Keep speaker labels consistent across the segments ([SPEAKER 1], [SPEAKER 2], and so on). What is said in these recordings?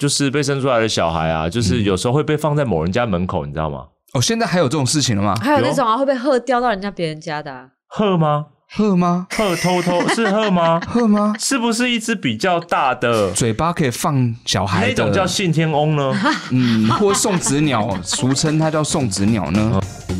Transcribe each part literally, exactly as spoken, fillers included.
[SPEAKER 1] 就是被生出来的小孩啊，就是有时候会被放在某人家门口，你知道吗？
[SPEAKER 2] 哦，现在还有这种事情了吗？
[SPEAKER 3] 还有那种啊，会被鹤叼到人家别人家的啊。
[SPEAKER 1] 鹤吗？
[SPEAKER 2] 鹤吗？
[SPEAKER 1] 鹤偷偷是鹤吗？
[SPEAKER 2] 鹤吗？
[SPEAKER 1] 是不是一只比较大的
[SPEAKER 2] 嘴巴可以放小孩的
[SPEAKER 1] 那种叫信天翁呢？
[SPEAKER 2] 嗯，或送子鸟，俗称它叫送子鸟呢。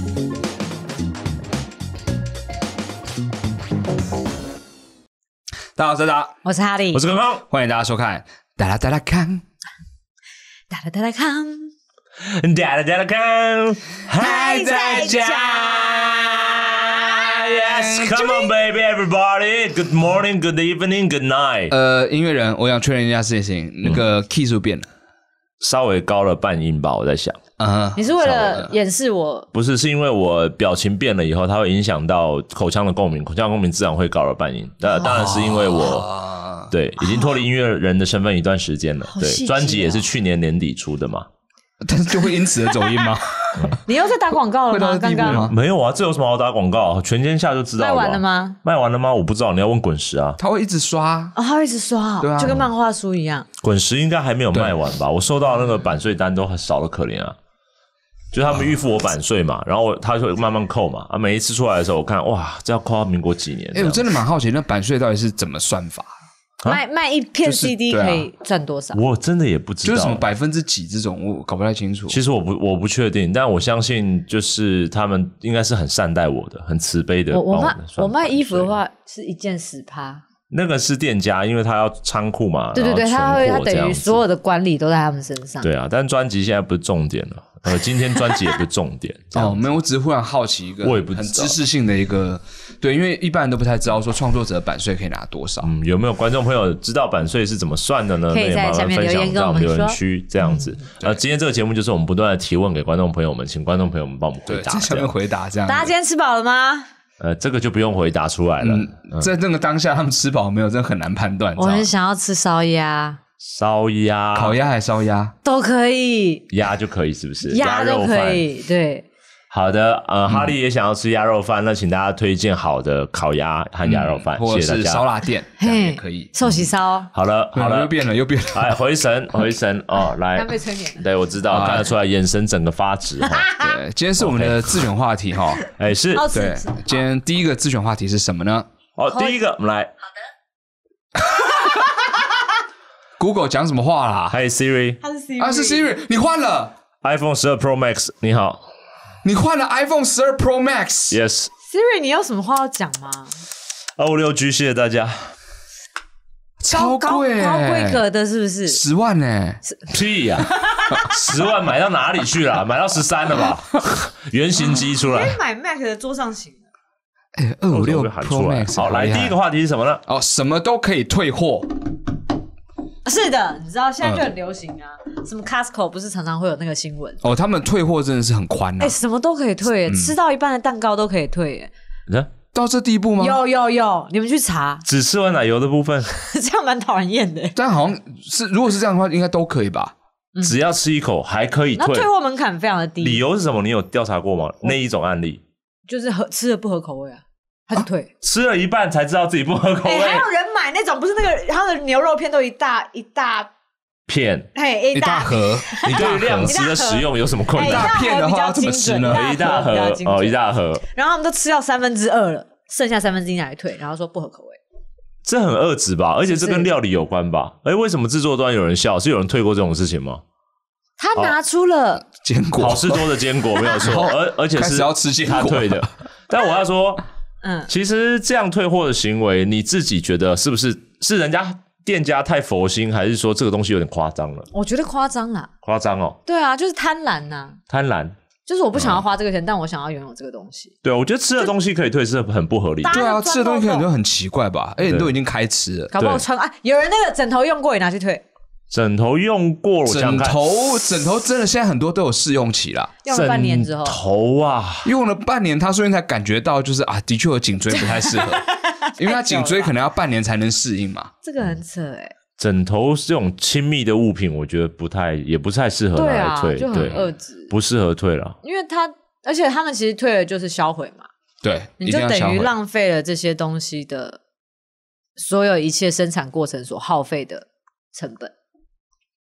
[SPEAKER 2] 大家好，我是达，
[SPEAKER 3] 我是哈利，
[SPEAKER 1] 我是康康，
[SPEAKER 2] 欢迎大家收看达拉达拉康，
[SPEAKER 3] 达拉达拉康，
[SPEAKER 1] 达拉达拉康，还在家。Yes, come on, baby, everybody. Good morning, good evening, good night.
[SPEAKER 2] 呃，音乐人，我想确认一下事情，那个 key 是不是变了？
[SPEAKER 1] 稍微高了半音吧，我在想。
[SPEAKER 2] 嗯，
[SPEAKER 3] 你是为了掩饰我？
[SPEAKER 1] 不是，是因为我表情变了以后，它会影响到口腔的共鸣，口腔共鸣自然会高了半音。当当然是因为我、哦、对已经脱离音乐人的身份一段时间了，对，专辑也是去年年底出的嘛。
[SPEAKER 2] 但是就会因此而走音吗？
[SPEAKER 3] 你又在打广告了吗？刚刚
[SPEAKER 1] 没有啊，这有什么好打广告？全天下就知道了。
[SPEAKER 3] 卖完了吗？
[SPEAKER 1] 卖完了吗？我不知道，你要问滚石啊。
[SPEAKER 2] 他会一直刷
[SPEAKER 3] 哦，他会一直刷，对啊，就跟漫画书一样。
[SPEAKER 1] 滚石应该还没有卖完吧？我收到那个版税单都很少的可怜啊。就他们预付我版税嘛，然后他就慢慢扣嘛。啊，每一次出来的时候，我看哇，这要扣到民国几年？
[SPEAKER 2] 哎、欸，我真的蛮好奇，那版税到底是怎么算法？
[SPEAKER 3] 卖卖一片 C D 可以赚多少？
[SPEAKER 1] 我真的也不知道，
[SPEAKER 2] 就是什么百分之几这种，我搞不太清楚。
[SPEAKER 1] 其实我不我不确定，但我相信就是他们应该是很善待我的，很慈悲的。
[SPEAKER 3] 我我卖我卖衣服的话是一件十趴，
[SPEAKER 1] 那个是店家，因为他要仓库嘛。
[SPEAKER 3] 对对对，他会他等于所有的管理都在他们身上。
[SPEAKER 1] 对啊，但专辑现在不是重点了。呃，今天专辑也不是重点
[SPEAKER 2] 哦，没有，我只是忽然好奇一个，
[SPEAKER 1] 我也不
[SPEAKER 2] 很知识性的一个，对，因为一般人都不太知道说创作者版税可以拿多少。
[SPEAKER 1] 嗯，有没有观众朋友知道版税是怎么算的呢？
[SPEAKER 3] 可以在下面留言跟我们说。
[SPEAKER 1] 留言区这样子。呃、嗯，今天这个节目就是我们不断的提问给观众朋友们，请观众朋友们帮我们回答，
[SPEAKER 2] 在下面回答这样。
[SPEAKER 3] 大家今天吃饱了吗？
[SPEAKER 1] 呃，这个就不用回答出来了。
[SPEAKER 2] 嗯嗯、在那个当下，他们吃饱没有，真的很难判断。
[SPEAKER 3] 我很想要吃烧鸭。
[SPEAKER 1] 烧鸭、
[SPEAKER 2] 烤鸭还是烧鸭
[SPEAKER 3] 都可以，
[SPEAKER 1] 鸭就可以是不是？
[SPEAKER 3] 鸭都可以，对。
[SPEAKER 1] 好的，呃，嗯、哈利也想要吃鸭肉饭，那请大家推荐好的烤鸭和鸭肉饭，
[SPEAKER 2] 嗯、
[SPEAKER 1] 谢谢大家。
[SPEAKER 2] 或者是烧腊店，这样也可以。
[SPEAKER 3] 寿喜烧，
[SPEAKER 1] 好了，好了，
[SPEAKER 2] 又变了，又变了。
[SPEAKER 1] 来，回神，回神哦，来。
[SPEAKER 3] 刚被催眠了。
[SPEAKER 1] 对，我知道，看得出来，眼神整个发直哈。
[SPEAKER 2] 对，今天是我们的自选话题哈。
[SPEAKER 1] 哎，是。
[SPEAKER 2] 对，今天第一个自选话题是什么呢？
[SPEAKER 1] 好，第一个，我们来。
[SPEAKER 3] 好的。
[SPEAKER 2] Google 讲什么话啦？
[SPEAKER 1] 嗨 Siri，
[SPEAKER 3] 他是 Siri，
[SPEAKER 2] 啊是 Siri， 你换了
[SPEAKER 1] iPhone 十二 Pro Max， 你好，
[SPEAKER 2] 你换了 iPhone 十二 Pro Max，Yes，
[SPEAKER 3] Siri， 你有什么话要讲吗？
[SPEAKER 1] 二五六 G， 谢谢大家，
[SPEAKER 2] 超贵、欸，
[SPEAKER 3] 高规格的是不是？
[SPEAKER 2] 十万呢、欸？
[SPEAKER 1] 屁呀、啊，十万买到哪里去了？买到十三了吧？原型机出来，
[SPEAKER 3] 可以买 Mac 的桌上型。
[SPEAKER 2] 哎、欸，二五六 Pro Max，
[SPEAKER 1] 好，来第一个话题是什么呢？
[SPEAKER 2] 哦，什么都可以退货。
[SPEAKER 3] 是的，你知道现在就很流行啊，嗯、什么 Costco 不是常常会有那个新闻
[SPEAKER 2] 哦，他们退货真的是很宽啊，
[SPEAKER 3] 哎、欸，什么都可以退、嗯，吃到一半的蛋糕都可以退，哎，
[SPEAKER 2] 到这地步吗？
[SPEAKER 3] 有有有，你们去查，
[SPEAKER 1] 只吃完奶油的部分，
[SPEAKER 3] 这样蛮讨人厌的。
[SPEAKER 2] 但好像是，如果是这样的话，应该都可以吧？
[SPEAKER 1] 嗯、只要吃一口还可以退，
[SPEAKER 3] 那退货门槛非常的低。
[SPEAKER 1] 理由是什么？你有调查过吗？那一种案例
[SPEAKER 3] 就是合吃了不合口味啊。他就退、啊，
[SPEAKER 1] 吃了一半才知道自己不合口味。
[SPEAKER 3] 欸、还有人买那种不是那个，他的牛肉片都一大一大
[SPEAKER 1] 片，
[SPEAKER 3] 嘿，
[SPEAKER 2] 一大盒。
[SPEAKER 1] 你对量词的使用有什么困难？
[SPEAKER 2] 一大片的话怎么吃呢？
[SPEAKER 1] 一大盒哦，一大盒。
[SPEAKER 3] 然后他们都吃到三分之二了，剩下三分之一拿来退，然后说不合口味。
[SPEAKER 1] 这很恶质吧？而且这跟料理有关吧？哎，为什么制作端有人笑？是有人退过这种事情吗？
[SPEAKER 3] 他拿出了
[SPEAKER 2] 坚果，
[SPEAKER 1] 好事多的坚果没有错，而而且是
[SPEAKER 2] 要吃坚果
[SPEAKER 1] 他退的。但我要说。嗯，其实这样退货的行为，你自己觉得是不是是人家店家太佛心，还是说这个东西有点夸张了？
[SPEAKER 3] 我觉得夸张啦，
[SPEAKER 1] 夸张哦。
[SPEAKER 3] 对啊，就是贪婪呐、啊，
[SPEAKER 1] 贪婪，
[SPEAKER 3] 就是我不想要花这个钱，嗯、但我想要拥有这个东西。
[SPEAKER 1] 对，我觉得吃的东西可以退是很不合理的。
[SPEAKER 2] 对啊，吃的东西可能就很奇怪吧？而且你都已经开吃了，
[SPEAKER 3] 搞不好穿啊，有人那个枕头用过也拿去退。
[SPEAKER 1] 枕头用过，我
[SPEAKER 2] 枕头枕头真的现在很多都有试用期啦，
[SPEAKER 3] 用了半年之后，
[SPEAKER 1] 枕头啊，
[SPEAKER 2] 用了半年，他说不定才感觉到就是啊，的确有颈椎不太适合，因为他颈椎可能要半年才能适应嘛。
[SPEAKER 3] 这个很扯哎、欸。
[SPEAKER 1] 枕头这种亲密的物品，我觉得不太也不太适合拿来退，
[SPEAKER 3] 对啊，就很恶质，
[SPEAKER 1] 不适合退了。
[SPEAKER 3] 因为他，而且他们其实退了就是销毁嘛，
[SPEAKER 2] 对，
[SPEAKER 3] 你就等于浪费了这些东西的所有一切生产过程所耗费的成本。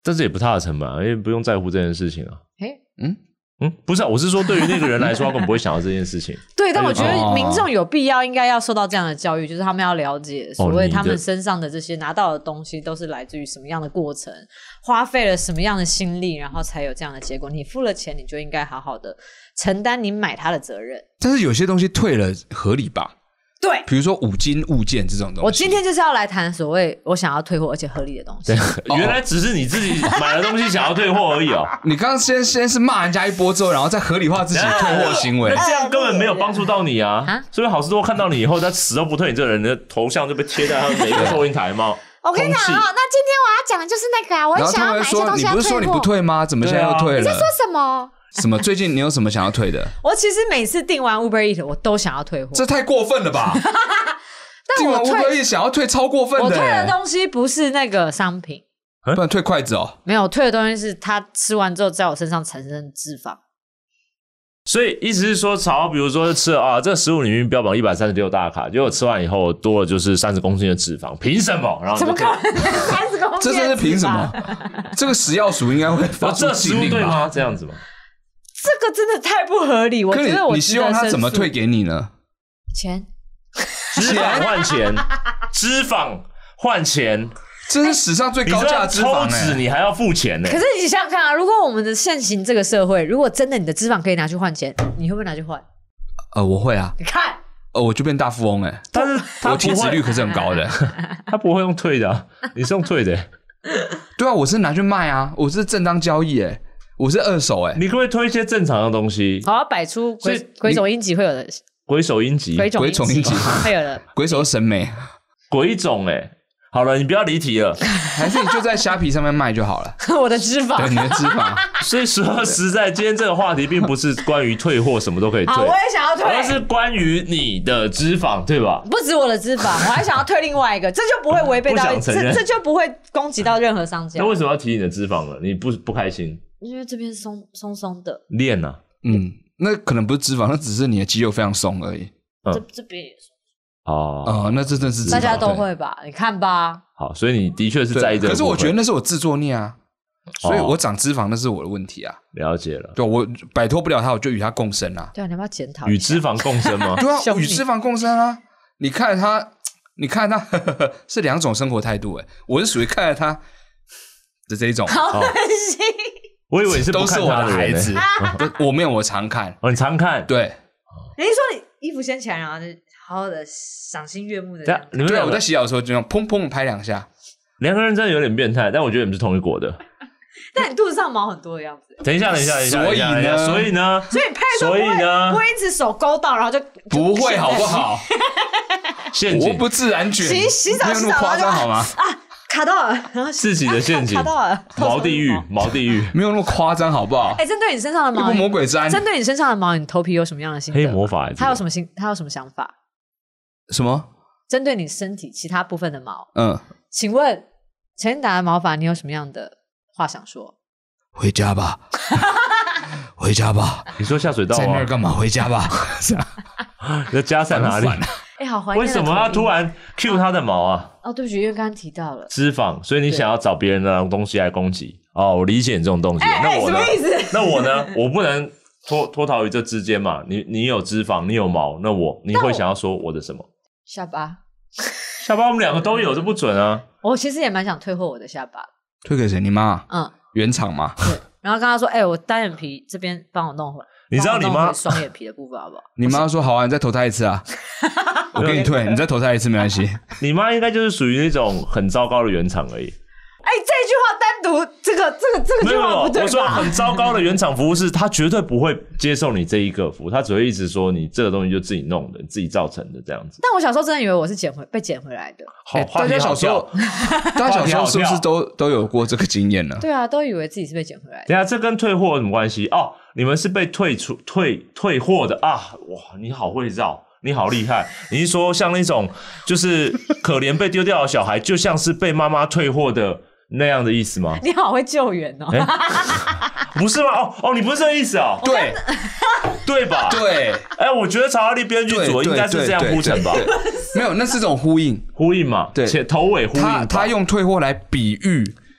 [SPEAKER 1] 但是也不大的成本啊，因为不用在乎这件事情啊。
[SPEAKER 3] 诶
[SPEAKER 1] 嗯嗯，不是啊，我是说对于那个人来说，他根本不会想到这件事情。
[SPEAKER 3] 对，但我觉得民众有必要应该要受到这样的教育，就是他们要了解所谓他们身上的这些拿到的东西都是来自于什么样的过程，花费了什么样的心力，然后才有这样的结果。你付了钱，你就应该好好的承担你买它的责任。
[SPEAKER 2] 但是有些东西退了合理吧？
[SPEAKER 3] 对，
[SPEAKER 2] 比如说五金物件这种东西。
[SPEAKER 3] 我今天就是要来谈所谓我想要退货而且合理的东西。
[SPEAKER 1] 原来只是你自己买的东西想要退货而已哦。
[SPEAKER 2] 你刚刚先先是骂人家一波之后，然后再合理化自己退货行为，
[SPEAKER 1] 那这样根本没有帮助到你啊！啊所以好事多看到你以后，他死都不退，你这个人的头像就被贴在他们每一个收银台吗？
[SPEAKER 3] 我跟你讲啊，那今天我要讲的就是那个啊，我很想要买一些东西要退货。
[SPEAKER 2] 你不是说你不退吗？怎么现在又退了？
[SPEAKER 3] 你在说什么？
[SPEAKER 2] 什么？最近你有什么想要退的？
[SPEAKER 3] 我其实每次订完 Uber Eats 我都想要退货，
[SPEAKER 2] 这太过分了吧！订完 Uber Eats 想要退超过分的。
[SPEAKER 3] 我退的东西不是那个商品，
[SPEAKER 2] 不然退筷子哦。
[SPEAKER 3] 没有，退的东西是他吃完之后在我身上产生脂肪。
[SPEAKER 1] 所以意思是说，曹比如说吃了啊，这个食物里面标榜一百三十六大卡，结果吃完以后多了就是三十公斤的脂肪，凭什么？然后
[SPEAKER 3] 怎么可能三十公斤？
[SPEAKER 2] 这真是凭什么？这个食药署应该会发出禁令吧？
[SPEAKER 1] 这食物对吗？这样子吗？
[SPEAKER 3] 这个真的太不合理，我觉得我
[SPEAKER 2] 你希望他怎么退给你呢？
[SPEAKER 3] 钱，
[SPEAKER 1] 脂肪换钱，脂肪换钱。
[SPEAKER 2] 这是史上最高价的脂肪、欸，
[SPEAKER 1] 抽脂你还要付钱呢、欸。
[SPEAKER 3] 可是你想想看啊，如果我们的现行这个社会，如果真的你的脂肪可以拿去换钱，你会不会拿去换？
[SPEAKER 2] 呃，我会啊。
[SPEAKER 3] 你看，
[SPEAKER 2] 呃，我就变大富翁哎、欸，
[SPEAKER 1] 但是
[SPEAKER 2] 我体脂率可是很高的。
[SPEAKER 1] 他不会用退的、啊，你是用退的、欸。
[SPEAKER 2] 对啊，我是拿去卖啊，我是正当交易哎、欸，我是二手哎、欸。
[SPEAKER 1] 你可不可以推一些正常的东西？
[SPEAKER 3] 我要摆出鬼鬼冢英吉会有的
[SPEAKER 1] 鬼手英吉，
[SPEAKER 3] 鬼冢英吉会有的
[SPEAKER 2] 鬼手审美，
[SPEAKER 1] 鬼冢哎、欸。好了，你不要离题了，
[SPEAKER 2] 还是你就在虾皮上面卖就好了。
[SPEAKER 3] 我的脂肪，
[SPEAKER 2] 对你的脂肪。
[SPEAKER 1] 所以说实在，今天这个话题并不是关于退货，什么都可以退。
[SPEAKER 3] 好，我也想要退，
[SPEAKER 1] 而是关于你的脂肪，对吧？
[SPEAKER 3] 不止我的脂肪，我还想要退另外一个，这就不会违背到，这这就不会攻击到任何商家。
[SPEAKER 1] 那为什么要提你的脂肪呢？你不不开心？
[SPEAKER 3] 因为这边松松松的，
[SPEAKER 1] 练啊，
[SPEAKER 2] 嗯，那可能不是脂肪，那只是你的肌肉非常松而已。
[SPEAKER 3] 嗯、这这边也松。
[SPEAKER 1] 哦，
[SPEAKER 2] 哦，那这真是
[SPEAKER 3] 大家都会吧？你看吧。
[SPEAKER 1] 好，所以你的确是在意这个。
[SPEAKER 2] 可是我觉得那是我自作孽啊，所以我长脂肪那是我的问题啊。
[SPEAKER 1] 了解了，
[SPEAKER 2] 对，我摆脱不了它，我就与它共生啊。
[SPEAKER 3] 对啊，你要不要检讨？
[SPEAKER 1] 与脂肪共生吗？
[SPEAKER 2] 对啊，与脂肪共生啊！你看着它，你看着它呵呵呵是两种生活态度哎，我是属于看着它的这一种。
[SPEAKER 3] 好恶心！
[SPEAKER 1] 我以为你是不看他的
[SPEAKER 2] 孩子，我没有，我常看。
[SPEAKER 1] 哦，你常看？
[SPEAKER 2] 对。
[SPEAKER 3] 你是说你衣服掀起来，然后就好好的赏心悦目的这样？
[SPEAKER 1] 你们
[SPEAKER 2] 对，我在洗澡的时候就这样砰砰拍两下。
[SPEAKER 1] 两个人真的有点变态，但我觉得你们是同一国的。
[SPEAKER 3] 但你肚子上毛很多的样子。
[SPEAKER 1] 等一下，等一下，等一下，
[SPEAKER 2] 所以呢？
[SPEAKER 1] 所以呢？
[SPEAKER 3] 所以你拍的时候不会不会一直手勾到，然后就
[SPEAKER 2] 不会好不好？
[SPEAKER 1] 陷阱，
[SPEAKER 2] 我不自然卷，
[SPEAKER 3] 洗洗澡
[SPEAKER 2] 没有那么夸张好吗？
[SPEAKER 3] 啊，卡到了，然后
[SPEAKER 1] 自己的陷阱，
[SPEAKER 3] 卡到了，
[SPEAKER 1] 毛地狱，毛地狱，
[SPEAKER 2] 没有那么夸张好不好？
[SPEAKER 3] 哎，针对你身上的毛，
[SPEAKER 2] 一部魔鬼毡，
[SPEAKER 3] 针对你身上的毛，你头皮有什么样的心得？
[SPEAKER 1] 黑魔法，
[SPEAKER 3] 他有什么心？他有什么想法？
[SPEAKER 2] 什么？
[SPEAKER 3] 针对你身体其他部分的毛，
[SPEAKER 2] 嗯，
[SPEAKER 3] 请问陈达的毛发，你有什么样的话想说？
[SPEAKER 2] 回家吧，回家吧。
[SPEAKER 1] 你说下水道
[SPEAKER 2] 在那儿干嘛？回家吧。
[SPEAKER 1] 你的家在哪里？
[SPEAKER 3] 哎，好怀念。
[SPEAKER 1] 为什么要突然 cue 他的毛啊？
[SPEAKER 3] 哦，对不起，因为刚刚提到了
[SPEAKER 1] 脂肪，所以你想要找别人的东西来攻击。哦，我理解你这种东西。那我呢？
[SPEAKER 3] 什么意思？
[SPEAKER 1] 那我呢？我不能脱脱逃于这之间嘛。你你有脂肪，你有毛，那我你会想要说我的什么？
[SPEAKER 3] 下巴。
[SPEAKER 1] 下巴我们两个都有，这不准啊。
[SPEAKER 3] 我其实也蛮想退货我的下巴。
[SPEAKER 2] 退给谁？你妈？
[SPEAKER 3] 嗯。
[SPEAKER 2] 原厂嘛。
[SPEAKER 3] 对。然后跟他说：“哎、欸，我单眼皮这边帮我弄回来。”
[SPEAKER 1] 你知道你妈
[SPEAKER 3] 双眼皮的部分好不好？
[SPEAKER 2] 你妈说：“好啊，你再投胎一次啊，我给你退，你再投胎一次没关系。”
[SPEAKER 1] 你妈应该就是属于那种很糟糕的原厂而已。
[SPEAKER 3] 哎、欸，这句话单独这个这个这个句话不对吧？
[SPEAKER 1] 我说很糟糕的原厂服务是，他绝对不会接受你这一个服务，他只会一直说你这个东西就自己弄的，自己造成的这样子。
[SPEAKER 3] 但我小时候真的以为我是捡回被捡回来的。
[SPEAKER 1] 好，欸、
[SPEAKER 2] 大家小时候，大家小时候是不是都都有过这个经验呢？
[SPEAKER 3] 对啊，都以为自己是被捡回来的。
[SPEAKER 1] 等一下，这跟退货有什么关系？哦，你们是被退出退退货的啊！哇，你好会绕。你好厉害！你是说像那种就是可怜被丢掉的小孩，就像是被妈妈退货的那样的意思吗？
[SPEAKER 3] 你好会救援哦！欸、
[SPEAKER 1] 不是吗？哦哦，你不是这个意思哦。
[SPEAKER 2] 对，
[SPEAKER 1] 对吧？
[SPEAKER 2] 对。
[SPEAKER 1] 哎、欸，我觉得曹阿力编剧组应该是这样铺陈吧？
[SPEAKER 2] 没有，那是种呼应，
[SPEAKER 1] 呼应嘛。
[SPEAKER 2] 对，
[SPEAKER 1] 且头尾呼应。
[SPEAKER 2] 他他用退货来比喻，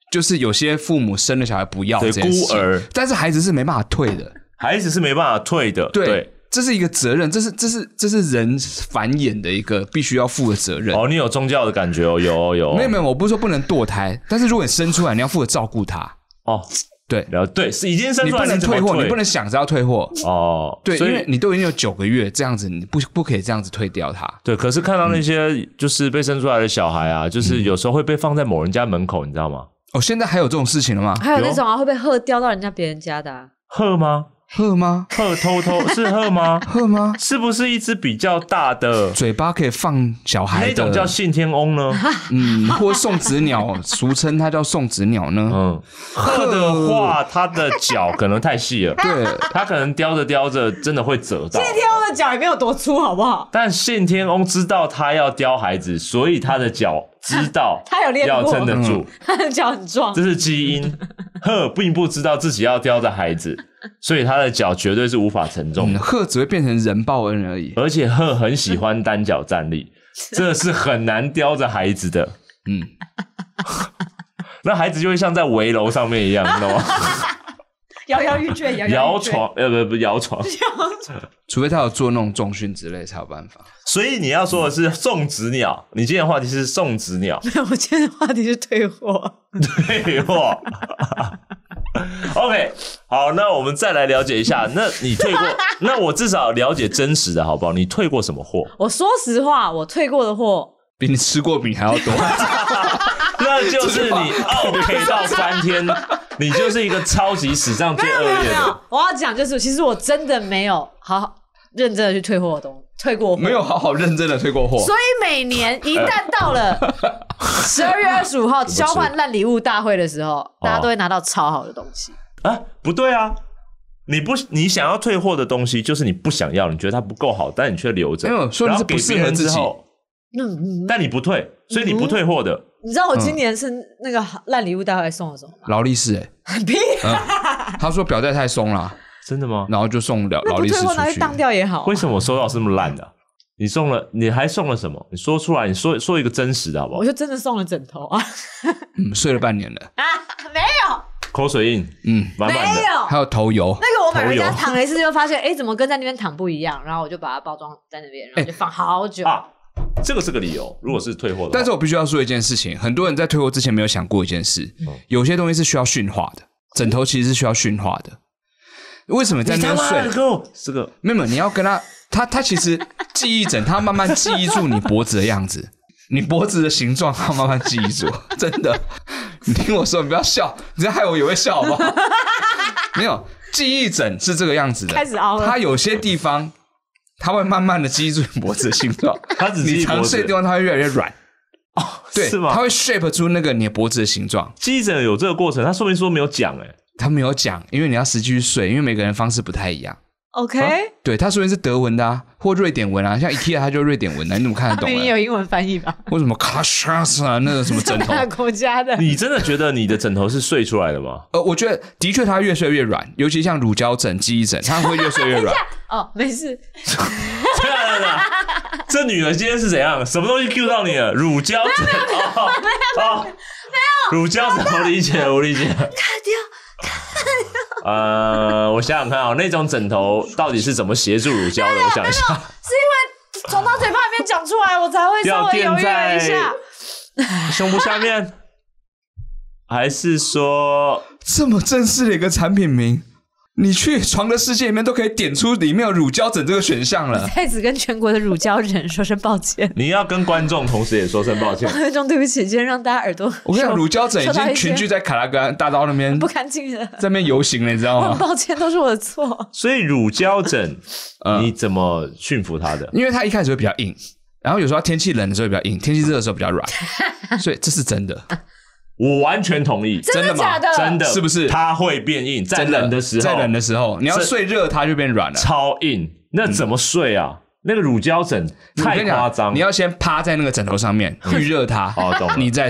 [SPEAKER 2] 就是有些父母生了小孩不要这件事情，
[SPEAKER 1] 对，孤儿，
[SPEAKER 2] 但是孩子是没办法退的，
[SPEAKER 1] 孩子是没办法退的，
[SPEAKER 2] 对。
[SPEAKER 1] 对，
[SPEAKER 2] 这是一个责任，这是这是这是人繁衍的一个必须要负的责任。
[SPEAKER 1] 哦，你有宗教的感觉哦，有哦有哦。
[SPEAKER 2] 没有没有，我不是说不能堕胎，但是如果你生出来，你要负责照顾他。
[SPEAKER 1] 哦，
[SPEAKER 2] 对，
[SPEAKER 1] 了对，是已经生出来，
[SPEAKER 2] 你不能退货，你不能想着要退货。
[SPEAKER 1] 哦，
[SPEAKER 2] 对，因
[SPEAKER 1] 所以
[SPEAKER 2] 为你都已经有九个月这样子，你不不可以这样子退掉它。
[SPEAKER 1] 对，可是看到那些就是被生出来的小孩啊，就是有时候会被放在某人家门口，你知道吗？
[SPEAKER 2] 哦，现在还有这种事情了吗？
[SPEAKER 3] 还有那种啊，会被鹤叼到人家别人家的、啊。
[SPEAKER 1] 鹤吗？
[SPEAKER 2] 鹤吗？
[SPEAKER 1] 鹤偷偷是鹤吗？
[SPEAKER 2] 鹤吗？
[SPEAKER 1] 是不是一只比较大的
[SPEAKER 2] 嘴巴可以放小孩的
[SPEAKER 1] 那种叫信天翁呢？
[SPEAKER 2] 嗯，或送子鸟，俗称它叫送子鸟呢。
[SPEAKER 1] 嗯，鹤的话，它的脚可能太细了，
[SPEAKER 2] 对，
[SPEAKER 1] 它可能叼着叼着真的会折到。
[SPEAKER 3] 信天翁的脚也没有多粗，好不好？
[SPEAKER 1] 但信天翁知道他要叼孩子，所以他的脚知道
[SPEAKER 3] 他有练过，
[SPEAKER 1] 要撑得住，
[SPEAKER 3] 他的脚很壮，
[SPEAKER 1] 这是基因。鹤并不知道自己要叼着孩子，所以他的脚绝对是无法承重的。
[SPEAKER 2] 嗯，鹤只会变成人报恩而已。
[SPEAKER 1] 而且鹤很喜欢单脚站立，这是很难叼着孩子的。嗯，那孩子就会像在围楼上面一样，你知道吗？
[SPEAKER 3] 摇摇欲坠，摇
[SPEAKER 1] 摇床，呃，不不，摇床，
[SPEAKER 2] 除非他有做那种重训之类才有办法。
[SPEAKER 1] 所以你要说的是送子鸟，你今天的话题是送子鸟。
[SPEAKER 3] 没有，我今天的话题是退货。
[SPEAKER 1] 退货。OK， 好，那我们再来了解一下，那你退过？那我至少了解真实的好不好？你退过什么货？
[SPEAKER 3] 我说实话，我退过的货
[SPEAKER 2] 比你吃过饼还要多。
[SPEAKER 1] 那就是你 OK 到翻天，你就是一个超级史上最恶劣的。
[SPEAKER 3] 没有没有，我要讲就是，其实我真的没有好好认真的去退货的东西，退过货，
[SPEAKER 2] 没有好好认真的退过货。
[SPEAKER 3] 所以每年一旦到了十二月二十五号交换烂礼物大会的时候，大家都会拿到超好的东西。
[SPEAKER 1] 啊，不对啊！你不，你想要退货的东西，就是你不想要，你觉得它不够好，但你却留着，
[SPEAKER 2] 没有说你是不适合自己。
[SPEAKER 3] 嗯，
[SPEAKER 1] 但你不退，所以你不退货的。
[SPEAKER 3] 你知道我今年是那个烂礼物大会送了什么吗？
[SPEAKER 2] 劳力士哎，
[SPEAKER 3] 屁！
[SPEAKER 2] 他说表带太松了，
[SPEAKER 1] 真的吗？
[SPEAKER 2] 然后就送劳劳力士出去。
[SPEAKER 3] 那不退货拿去当掉也好。
[SPEAKER 1] 为什么我收到是那么烂的？你送了，你还送了什么？你说出来，你说说一个真实的好不好？
[SPEAKER 3] 我就真的送了枕头啊。
[SPEAKER 2] 嗯，睡了半年了
[SPEAKER 3] 啊，没有。
[SPEAKER 1] 口水印，嗯，满满的，
[SPEAKER 3] 没有，
[SPEAKER 2] 还有头油。
[SPEAKER 3] 那个我买回家躺了一次，就发现，哎，怎么跟在那边躺不一样？然后我就把它包装在那边，然后就放好久。
[SPEAKER 1] 啊，这个是个理由。如果是退货的话，
[SPEAKER 2] 但是我必须要说一件事情，很多人在退货之前没有想过一件事，嗯、有些东西是需要驯化的，枕头其实是需要驯化的。为什么在那边睡？
[SPEAKER 1] 这个
[SPEAKER 2] 没有，你要跟他，他他其实记忆枕，他慢慢记忆住你脖子的样子，你脖子的形状，他慢慢记忆住，真的。你听我说，你不要笑，你这害我也会笑，好不好？没有，记忆枕是这个样子的，
[SPEAKER 3] 开始凹了。
[SPEAKER 2] 它有些地方，它会慢慢的记忆住你脖子的形状，
[SPEAKER 1] 它只记忆脖子，
[SPEAKER 2] 你常睡的地方，它会越来越软。
[SPEAKER 1] 哦，
[SPEAKER 2] 对，
[SPEAKER 1] 是吗？
[SPEAKER 2] 它会 shape 出那个你的脖子的形状。
[SPEAKER 1] 记忆枕有这个过程，他说明说没有讲哎、欸，
[SPEAKER 2] 他没有讲，因为你要实际去睡，因为每个人方式不太一样。
[SPEAKER 3] OK，、
[SPEAKER 2] 啊、对，他说明是德文的啊，或瑞典文啊，像 IKEA 它就瑞典文的、啊，你怎么看得懂、啊？
[SPEAKER 3] 明明有英文翻译吧？
[SPEAKER 2] 或什么卡莎斯啊，那个什么枕头，
[SPEAKER 3] 国家的。
[SPEAKER 1] 你真的觉得你的枕头是睡出来的吗？
[SPEAKER 2] 呃，我觉得的确它越睡越软，尤其像乳胶枕、记忆枕，它会越睡越软。
[SPEAKER 3] 哦，没事。
[SPEAKER 1] 这样的，这女人今天是怎样？什么东西 cue 到你了？乳胶枕？
[SPEAKER 3] 没有没有
[SPEAKER 1] 哦、
[SPEAKER 3] 没有没
[SPEAKER 1] 有，乳胶枕我理解，我理解。
[SPEAKER 3] 卡掉。
[SPEAKER 1] 呃，我想想看啊、哦，那种枕头到底是怎么协助乳胶的？我想一下，是因
[SPEAKER 3] 为从他嘴巴里面讲出来，我才会稍微犹豫了一下。
[SPEAKER 1] 胸部下面，还是说
[SPEAKER 2] 这么正式的一个产品名？你去床的世界里面都可以点出里面有乳胶枕这个选项了。
[SPEAKER 3] 在此跟全国的乳胶人说声抱歉。
[SPEAKER 1] 你要跟观众同时也说声抱歉。
[SPEAKER 3] 有一种对不起，今天让大家耳朵。
[SPEAKER 2] 我跟你讲，乳胶枕已经群聚在卡拉格大道那边
[SPEAKER 3] 不干净的，
[SPEAKER 2] 在那边游行了，你知道吗？
[SPEAKER 3] 很抱歉，都是我的错。
[SPEAKER 1] 所以乳胶枕，你怎么驯服它的？
[SPEAKER 2] 因为它一开始会比较硬，然后有时候天气冷的时候比较硬，天气热的时候比较软，所以这是真的。
[SPEAKER 1] 我完全同意，
[SPEAKER 3] 真的假的？
[SPEAKER 1] 真的，
[SPEAKER 2] 是不是？
[SPEAKER 1] 它会变硬，在冷的时候，
[SPEAKER 2] 在冷的时候，你要睡热它就变软了，
[SPEAKER 1] 超硬。那怎么睡啊？嗯、那个乳胶枕太夸张，
[SPEAKER 2] 你要先趴在那个枕头上面预热它，
[SPEAKER 1] 哦，懂了，
[SPEAKER 2] 你再睡。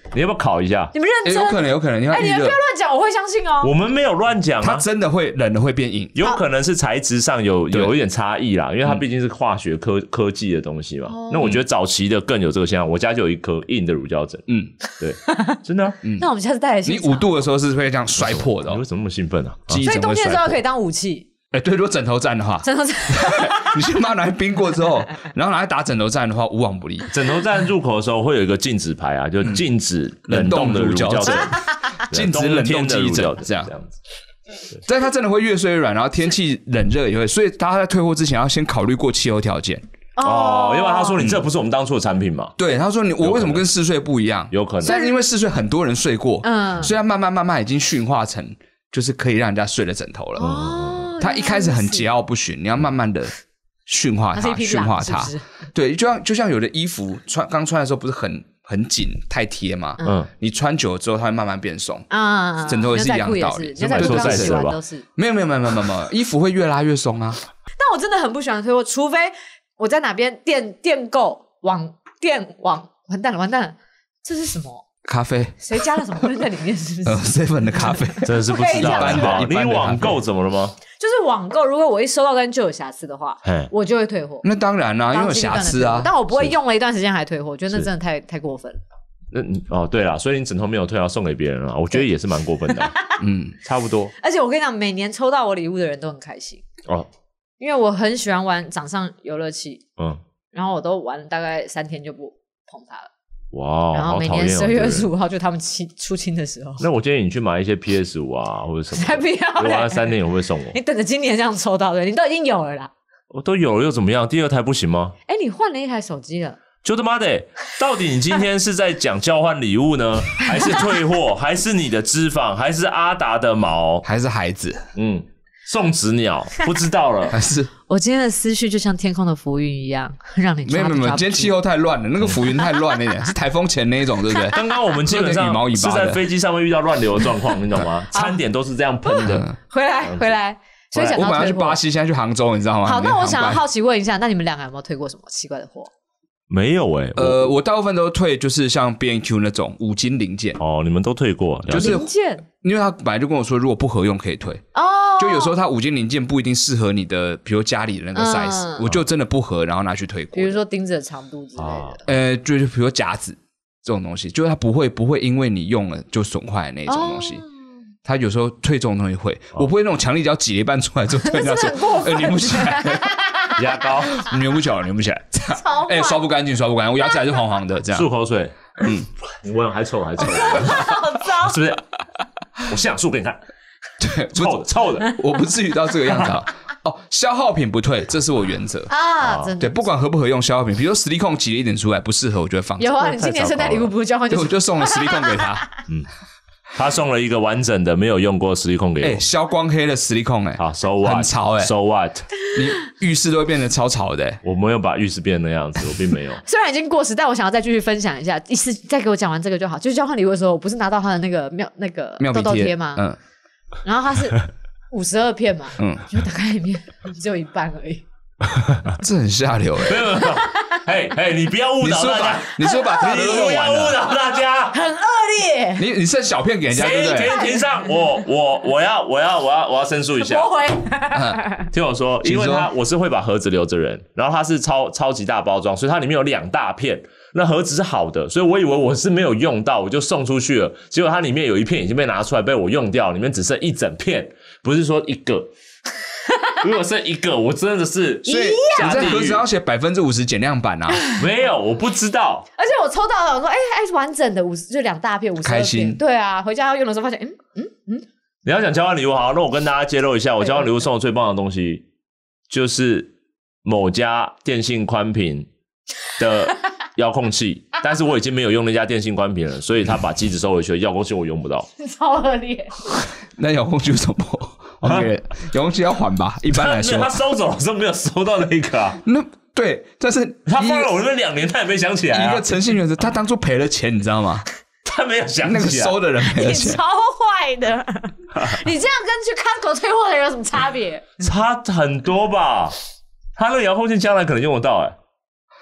[SPEAKER 1] 你要不要考一下？
[SPEAKER 3] 你们认真？
[SPEAKER 2] 有可能，有可能。你
[SPEAKER 3] 哎，你们不要乱讲，我会相信哦。
[SPEAKER 1] 我们没有乱讲，
[SPEAKER 2] 它真的会冷的会变硬，
[SPEAKER 1] 有可能是材质上有有一点差异啦，因为它毕竟是化学科科技的东西嘛。那我觉得早期的更有这个现象，我家就有一颗硬的乳胶枕。嗯，对，真的。
[SPEAKER 3] 那我们下次带来。
[SPEAKER 2] 你五度的时候是会这样摔破的。
[SPEAKER 1] 你为什么那么兴奋啊？
[SPEAKER 3] 所以冬天的时候可以当武器。
[SPEAKER 2] 哎，对，如果枕头战的话，
[SPEAKER 3] 枕头战，
[SPEAKER 2] 你先把它拿来冰过之后，然后拿来打枕头战的话，无往不利。
[SPEAKER 1] 枕头战入口的时候会有一个禁止牌啊，就禁止冷冻的乳胶枕，
[SPEAKER 2] 禁止冷冻记忆枕，这样这样子。但它真的会越睡越软，然后天气冷热也会，所以大家在退货之前要先考虑过气候条件。
[SPEAKER 1] 哦，因为他说你这不是我们当初的产品嘛？
[SPEAKER 2] 对，他说你我为什么跟试睡不一样？
[SPEAKER 1] 有可能，
[SPEAKER 2] 但是因为试睡很多人睡过，嗯，所以它慢慢慢慢已经驯化成就是可以让人家睡的枕头了。哦。它一开始很桀骜不驯，你要慢慢的驯化它，驯化它。对，就像就像有的衣服穿刚穿的时候不是很很紧太贴嘛，嗯，你穿久了之后它会慢慢变松啊，枕头也是一样的道理。
[SPEAKER 3] 牛仔裤刚洗完都是，
[SPEAKER 2] 没有没有没有没有没有，衣服会越拉越松啊。
[SPEAKER 3] 但我真的很不喜欢退货，除非我在哪边电电购网电网，完蛋了完蛋了，这是什么？
[SPEAKER 2] 咖啡，
[SPEAKER 3] 谁加了什么东西在里面？是不是？
[SPEAKER 2] 呃 ，seven 的咖啡，
[SPEAKER 1] 真的是不知道。你网购怎么了吗？
[SPEAKER 3] 就是网购，如果我一收到跟就有瑕疵的话，我就会退货。
[SPEAKER 2] 那当然啦，因为有瑕疵啊。
[SPEAKER 3] 但我不会用了一段时间还退货，我觉得那真的太太过分了。
[SPEAKER 1] 那哦，对啦，所以你枕头没有退，要送给别人了，我觉得也是蛮过分的。嗯，差不多。
[SPEAKER 3] 而且我跟你讲，每年抽到我礼物的人都很开心哦，因为我很喜欢玩掌上游乐器，嗯，然后我都玩大概三天就不碰它了。
[SPEAKER 1] 哇，
[SPEAKER 3] 然后每年十二月二十五号就他们出清的时候。
[SPEAKER 1] 那我建议你去买一些 P S 五啊，或者什么。
[SPEAKER 3] 才不要！
[SPEAKER 1] 玩了三年，你会不会送我？
[SPEAKER 3] 你等着今年这样抽到的，你都已经有了啦。
[SPEAKER 1] 我都有了又怎么样？第二台不行吗？
[SPEAKER 3] 哎，你换了一台手机了。
[SPEAKER 1] 就他妈的，到底你今天是在讲交换礼物呢，还是退货，还是你的脂肪，还是阿达的毛，
[SPEAKER 2] 还是孩子？嗯。
[SPEAKER 1] 送子鸟不知道了，
[SPEAKER 2] 还是
[SPEAKER 3] 我今天的思绪就像天空的浮云一样，让你抓
[SPEAKER 2] 没有没有，今天气候太乱了，那个浮云太乱了一点，是台风前那一种，对不对？
[SPEAKER 1] 刚刚我们基本上是在飞机上面遇到乱流的状况，你懂吗？餐点都是这样喷的。
[SPEAKER 3] 回来回来，所以讲到
[SPEAKER 2] 我本来去巴西，现在去杭州，你知道吗？
[SPEAKER 3] 好，那我想要好奇问一下，那你们两个有没有退过什么奇怪的货？
[SPEAKER 1] 没有哎、欸，
[SPEAKER 2] 呃，我大部分都退，就是像 B and Q 那种五金零件
[SPEAKER 1] 哦，你们都退过，
[SPEAKER 2] 就是
[SPEAKER 3] 零件，
[SPEAKER 2] 因为他本来就跟我说，如果不合用可以退哦，就有时候他五金零件不一定适合你的，比如家里的那个 size，、嗯、我就真的不合，然后拿去退过。
[SPEAKER 3] 比如说钉子的长度之类的，哦、
[SPEAKER 2] 呃，就是比如说夹子这种东西，就是它不会不会因为你用了就损坏的那种东西。哦，他有时候退这种东西会，哦、我不会那种强力胶挤了一半出来之后退掉说，呃，粘不起来，
[SPEAKER 1] 牙膏
[SPEAKER 2] 粘不起来，粘不起来，哎、欸，刷不干净，刷不干净，我牙起来就黄黄的，这样。
[SPEAKER 1] 漱口水，嗯，你闻还臭还臭，
[SPEAKER 3] 好糟，
[SPEAKER 1] 是不是？我现场漱给你看，
[SPEAKER 2] 对，
[SPEAKER 1] 臭的臭的，
[SPEAKER 2] 我不至于到这个样子啊。哦，消耗品不退，这是我原则
[SPEAKER 3] 啊，真的。
[SPEAKER 2] 对，不管合不合用，消耗品，比如说实力控挤了一点出来不适合，我就会放。
[SPEAKER 3] 有啊，你今年圣诞礼物不是交换，
[SPEAKER 2] 对，我就送了实力控给他，
[SPEAKER 1] 嗯。他送了一个完整的没有用过实力控给我，
[SPEAKER 2] 哎、欸，消光黑的实力控、欸，哎，
[SPEAKER 1] 好 ，so what，
[SPEAKER 2] 很潮哎、欸、
[SPEAKER 1] ，so what，
[SPEAKER 2] 你浴室都会变得超潮的、欸，
[SPEAKER 1] 我没有把浴室变成那样子，我并没有。
[SPEAKER 3] 虽然已经过时，但我想要再继续分享一下，一次再给我讲完这个就好。就是交换礼物的时候，我不是拿到他的那个妙那个豆豆贴吗？嗯，然后它是五十二片嘛，嗯，就打开里面只有一半而已。
[SPEAKER 2] 这很下流哎、欸！
[SPEAKER 1] 没有没有，嘿嘿，你不要误导大家，
[SPEAKER 2] 你说把他的
[SPEAKER 1] 都用完了，不要误导大家，
[SPEAKER 3] 很恶劣。
[SPEAKER 2] 你你剩小片给人家，对不对？
[SPEAKER 1] 停停上，我我我要我要我要我要申诉一下。
[SPEAKER 3] 驳回。
[SPEAKER 1] 听我说，因为他我是会把盒子留着人，然后它是超超级大包装，所以它里面有两大片。那盒子是好的，所以我以为我是没有用到，我就送出去了。结果它里面有一片已经被拿出来，被我用掉，里面只剩一整片，不是说一个。如果剩一个，我真的是，
[SPEAKER 2] 所以你在盒子要写百分之五十减量版啊？
[SPEAKER 1] 没有，我不知道。
[SPEAKER 3] 而且我抽到了，我说，哎、欸，还是完整的五十，就两大片五十二片，
[SPEAKER 2] 开心。
[SPEAKER 3] 对啊，回家要用的时候发现，嗯嗯嗯。
[SPEAKER 1] 你要讲交换礼物，好，那我跟大家揭露一下，我交换礼物送的最棒的东西，就是某家电信宽频的遥控器，但是我已经没有用那家电信宽频了，所以他把机子收回去，遥控器我用不到，
[SPEAKER 3] 超恶劣。
[SPEAKER 2] 那遥控器怎么？OK， 遥控器要还吧？一般来说，
[SPEAKER 1] 他收走的时候没有收到那个啊。
[SPEAKER 2] 那对，但是
[SPEAKER 1] 他放了我那边两年，他也没想起来、啊。
[SPEAKER 2] 一个诚信原则，他当初赔了钱，你知道吗？
[SPEAKER 1] 他没有想起来，
[SPEAKER 2] 那个收的人赔了钱，
[SPEAKER 3] 你超坏的。你这样跟去 Costco 退货的人有什么差别？
[SPEAKER 1] 差很多吧？他那个遥控器将来可能用得到、欸，哎。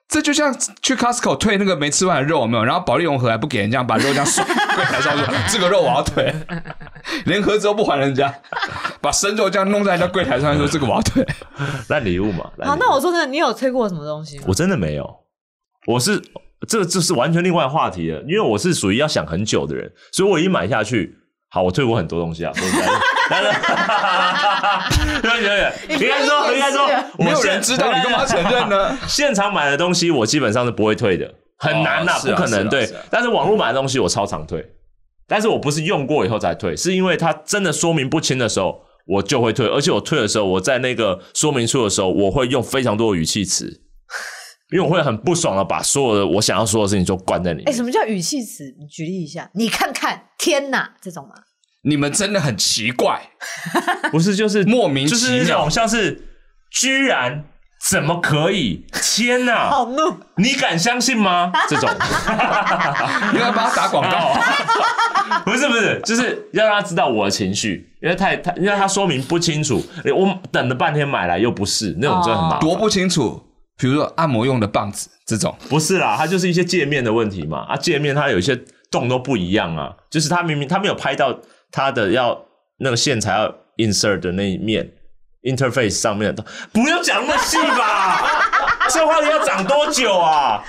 [SPEAKER 2] 这就像去 Costco 退那个没吃完的肉有没有？然后保利龙盒还不给人家，把肉这样甩柜台上说这个肉我要退，连盒子都不还人家，把生肉这样弄在人家柜台上说这个我要退，
[SPEAKER 1] 烂礼物嘛。
[SPEAKER 3] 好，那我说真的，你有退过什么东西吗？
[SPEAKER 1] 我真的没有，我是这个就是完全另外的话题了，因为我是属于要想很久的人，所以我一买下去，好，我退过很多东西啊，说实在的。对对对，应该说应该说，
[SPEAKER 2] 没有人知道，你干嘛承认呢？
[SPEAKER 1] 现场买的东西我基本上是不会退的，很难呐、啊，不可能对。但是网络买的东西我超常退，但是我不是用过以后才退，是因为它真的说明不清的时候我就会退，而且我退的时候，我在那个说明书的时候，我会用非常多的语气词，因为我会很不爽的把所有的我想要说的事情都关在里面。
[SPEAKER 3] 哎、欸，什么叫语气词？你举例一下，你看看，天哪，这种吗？
[SPEAKER 2] 你们真的很奇怪，
[SPEAKER 1] 不是就是
[SPEAKER 2] 莫名其妙，
[SPEAKER 1] 就是那种像是居然怎么可以？天哪！
[SPEAKER 3] 好怒！
[SPEAKER 1] 你敢相信吗？这种，
[SPEAKER 2] 你要帮他打广告、啊？
[SPEAKER 1] 不是不是，就是要让他知道我的情绪，因为太太，因为他说明不清楚，我等了半天买来又不是那种，真的很麻烦。
[SPEAKER 2] 多不清楚，比如说按摩用的棒子这种，
[SPEAKER 1] 不是啦，它就是一些界面的问题嘛。啊，界面它有一些洞都不一样啊，就是他明明他没有拍到。它的要那个线材要 insert 的那一面 interface 上面的，不用讲那么细吧？这话题要讲多久啊？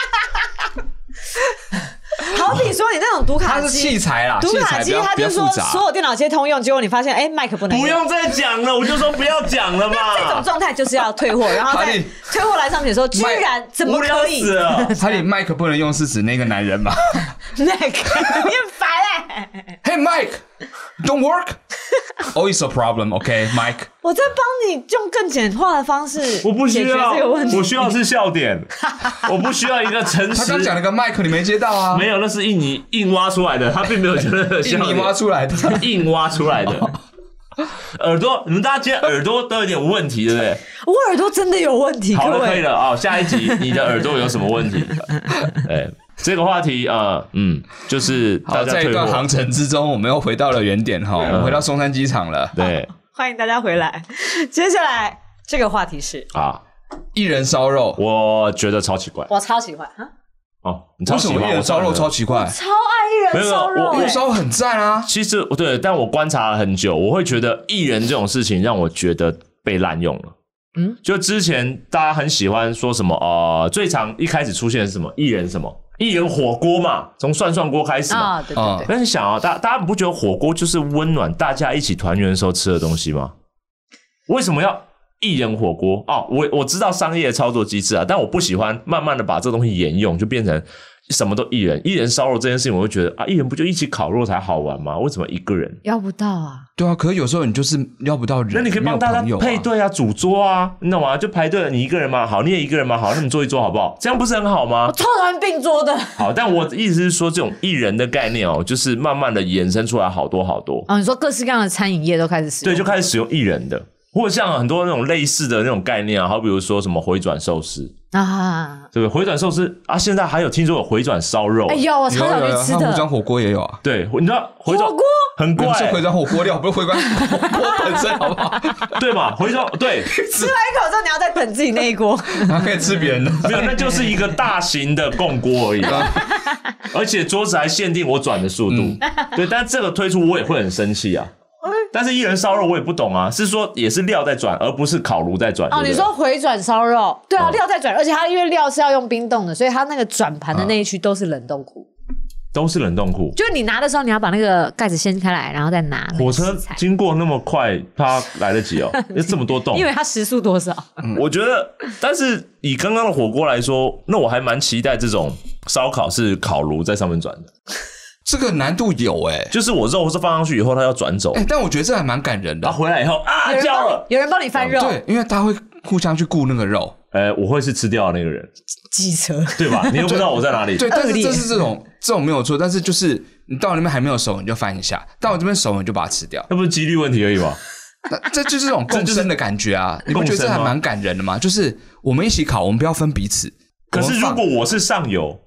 [SPEAKER 3] 好比说你那种读卡机，
[SPEAKER 2] 它是器材啦，
[SPEAKER 3] 读卡机它就说所有电脑接通用，结果你发现哎麦克不能用，
[SPEAKER 1] 不用再讲了，我就说不要讲了嘛。
[SPEAKER 3] 这种状态就是要退货，然后在退货来上面说，居然怎么可以？
[SPEAKER 2] 他连麦克不能用是指那个男人吗？
[SPEAKER 3] 那个你很烦哎、
[SPEAKER 2] 欸。Hey Mike, don't work. Always a problem, OK, Mike.
[SPEAKER 3] 我在帮你用更简化的方式
[SPEAKER 1] 我不需要
[SPEAKER 3] 解决这个问题。
[SPEAKER 1] 我需要是笑点，我不需要一个诚实。
[SPEAKER 2] 他刚讲了个 Mike， 你没接到啊？
[SPEAKER 1] 没有，那是印尼硬挖出来的，他并没有觉得
[SPEAKER 2] 印尼挖出来的，
[SPEAKER 1] 硬挖出来的。耳朵，你们大家今天耳朵都有点问题，对不对？
[SPEAKER 3] 我耳朵真的有问题。
[SPEAKER 1] 好了，可以了啊、哦。下一集你的耳朵有什么问题？哎，这个话题呃，嗯，就是大家
[SPEAKER 2] 在一段航程之中，我们又回到了原点哈，我们回到松山机场了。
[SPEAKER 1] 对，
[SPEAKER 3] 欢迎大家回来。接下来这个话题是
[SPEAKER 1] 啊，
[SPEAKER 2] 薏仁烧肉，
[SPEAKER 1] 我觉得超奇怪，
[SPEAKER 3] 我超喜欢啊。
[SPEAKER 1] 哦，你超喜欢
[SPEAKER 2] 薏仁烧肉超奇怪，
[SPEAKER 3] 超爱薏仁烧肉、欸，
[SPEAKER 2] 薏仁烧肉很赞啊。
[SPEAKER 1] 其实对，但我观察了很久，我会觉得薏仁这种事情让我觉得被滥用了。嗯，就之前大家很喜欢说什么呃，最常一开始出现的是什么薏仁什么薏仁火锅嘛，从涮涮锅开始嘛。
[SPEAKER 3] 啊，对对对。
[SPEAKER 1] 但是想啊，大大家不觉得火锅就是温暖大家一起团圆的时候吃的东西吗？为什么要薏仁火锅哦，我我知道商业操作机制啊，但我不喜欢慢慢的把这个东西沿用，就变成什么都薏仁。薏仁烧肉这件事情，我会觉得啊，薏仁不就一起烤肉才好玩吗？为什么一个人
[SPEAKER 3] 要不到啊？
[SPEAKER 2] 对啊，可是有时候你就是要不到人，
[SPEAKER 1] 那你可以帮大家配对啊，主桌啊，你懂吗？就排队了，你一个人吗？好，你也一个人吗？好，那你坐一桌好不好？这样不是很好吗？
[SPEAKER 3] 我超讨厌并桌的。
[SPEAKER 1] 好，但我的意思是说，这种薏仁的概念哦，就是慢慢的衍生出来好多好多。
[SPEAKER 3] 哦，你说各式各样的餐饮业都开始使用，
[SPEAKER 1] 对，就开始使用薏仁的。或者像很多那种类似的那种概念啊，好比如说什么回转寿司啊，对不对？回转寿司啊，现在还有听说有回转烧肉，
[SPEAKER 3] 哎呦，我超想去吃的。
[SPEAKER 2] 回转火锅也有啊，
[SPEAKER 1] 对，你知道回转
[SPEAKER 3] 火锅
[SPEAKER 1] 很怪、欸，
[SPEAKER 2] 是回转火锅料，不是回转火锅本身，好不好？
[SPEAKER 1] 对嘛？回转对，
[SPEAKER 3] 吃完一口之后你要再等自己那一锅，
[SPEAKER 2] 然后可以吃别人的，
[SPEAKER 1] 没有，那就是一个大型的共锅而已，而且桌子还限定我转的速度，嗯、对，但这个推出我也会很生气啊。但是薏仁烧肉我也不懂啊，是说也是料在转，而不是烤炉在转。
[SPEAKER 3] 哦，你说回转烧肉，对啊，嗯、料在转，而且它因为料是要用冰冻的，所以它那个转盘的那一区都是冷冻库，
[SPEAKER 1] 都是冷冻库。
[SPEAKER 3] 就是你拿的时候，你要把那个盖子掀开来，然后再拿。
[SPEAKER 1] 火车经过那么快，它来得及哦？这么多洞，
[SPEAKER 3] 因为它时速多少？
[SPEAKER 1] 嗯、我觉得，但是以刚刚的火锅来说，那我还蛮期待这种烧烤是烤炉在上面转的。
[SPEAKER 2] 这个难度有哎、欸，
[SPEAKER 1] 就是我肉是放上去以后，它要转走。
[SPEAKER 2] 哎、欸，但我觉得这还蛮感人的。
[SPEAKER 1] 然后回来以后啊，叫了，
[SPEAKER 3] 有人帮你翻肉，
[SPEAKER 2] 对，因为他会互相去顾那个肉。
[SPEAKER 1] 呃，我会是吃掉的那个人，
[SPEAKER 3] 机车，
[SPEAKER 1] 对吧？你又不知道我在哪里。
[SPEAKER 2] 对，但是这是这种这种没有错，但是就是你到那边还没有熟，你就翻一下；到我这边熟，你就把它吃掉。
[SPEAKER 1] 那不是几率问题而已吗？
[SPEAKER 2] 那这就是这种共生的感觉啊！你不觉得这还蛮感人的吗？就是我们一起烤，我们不要分彼此。
[SPEAKER 1] 可是如果我是上游，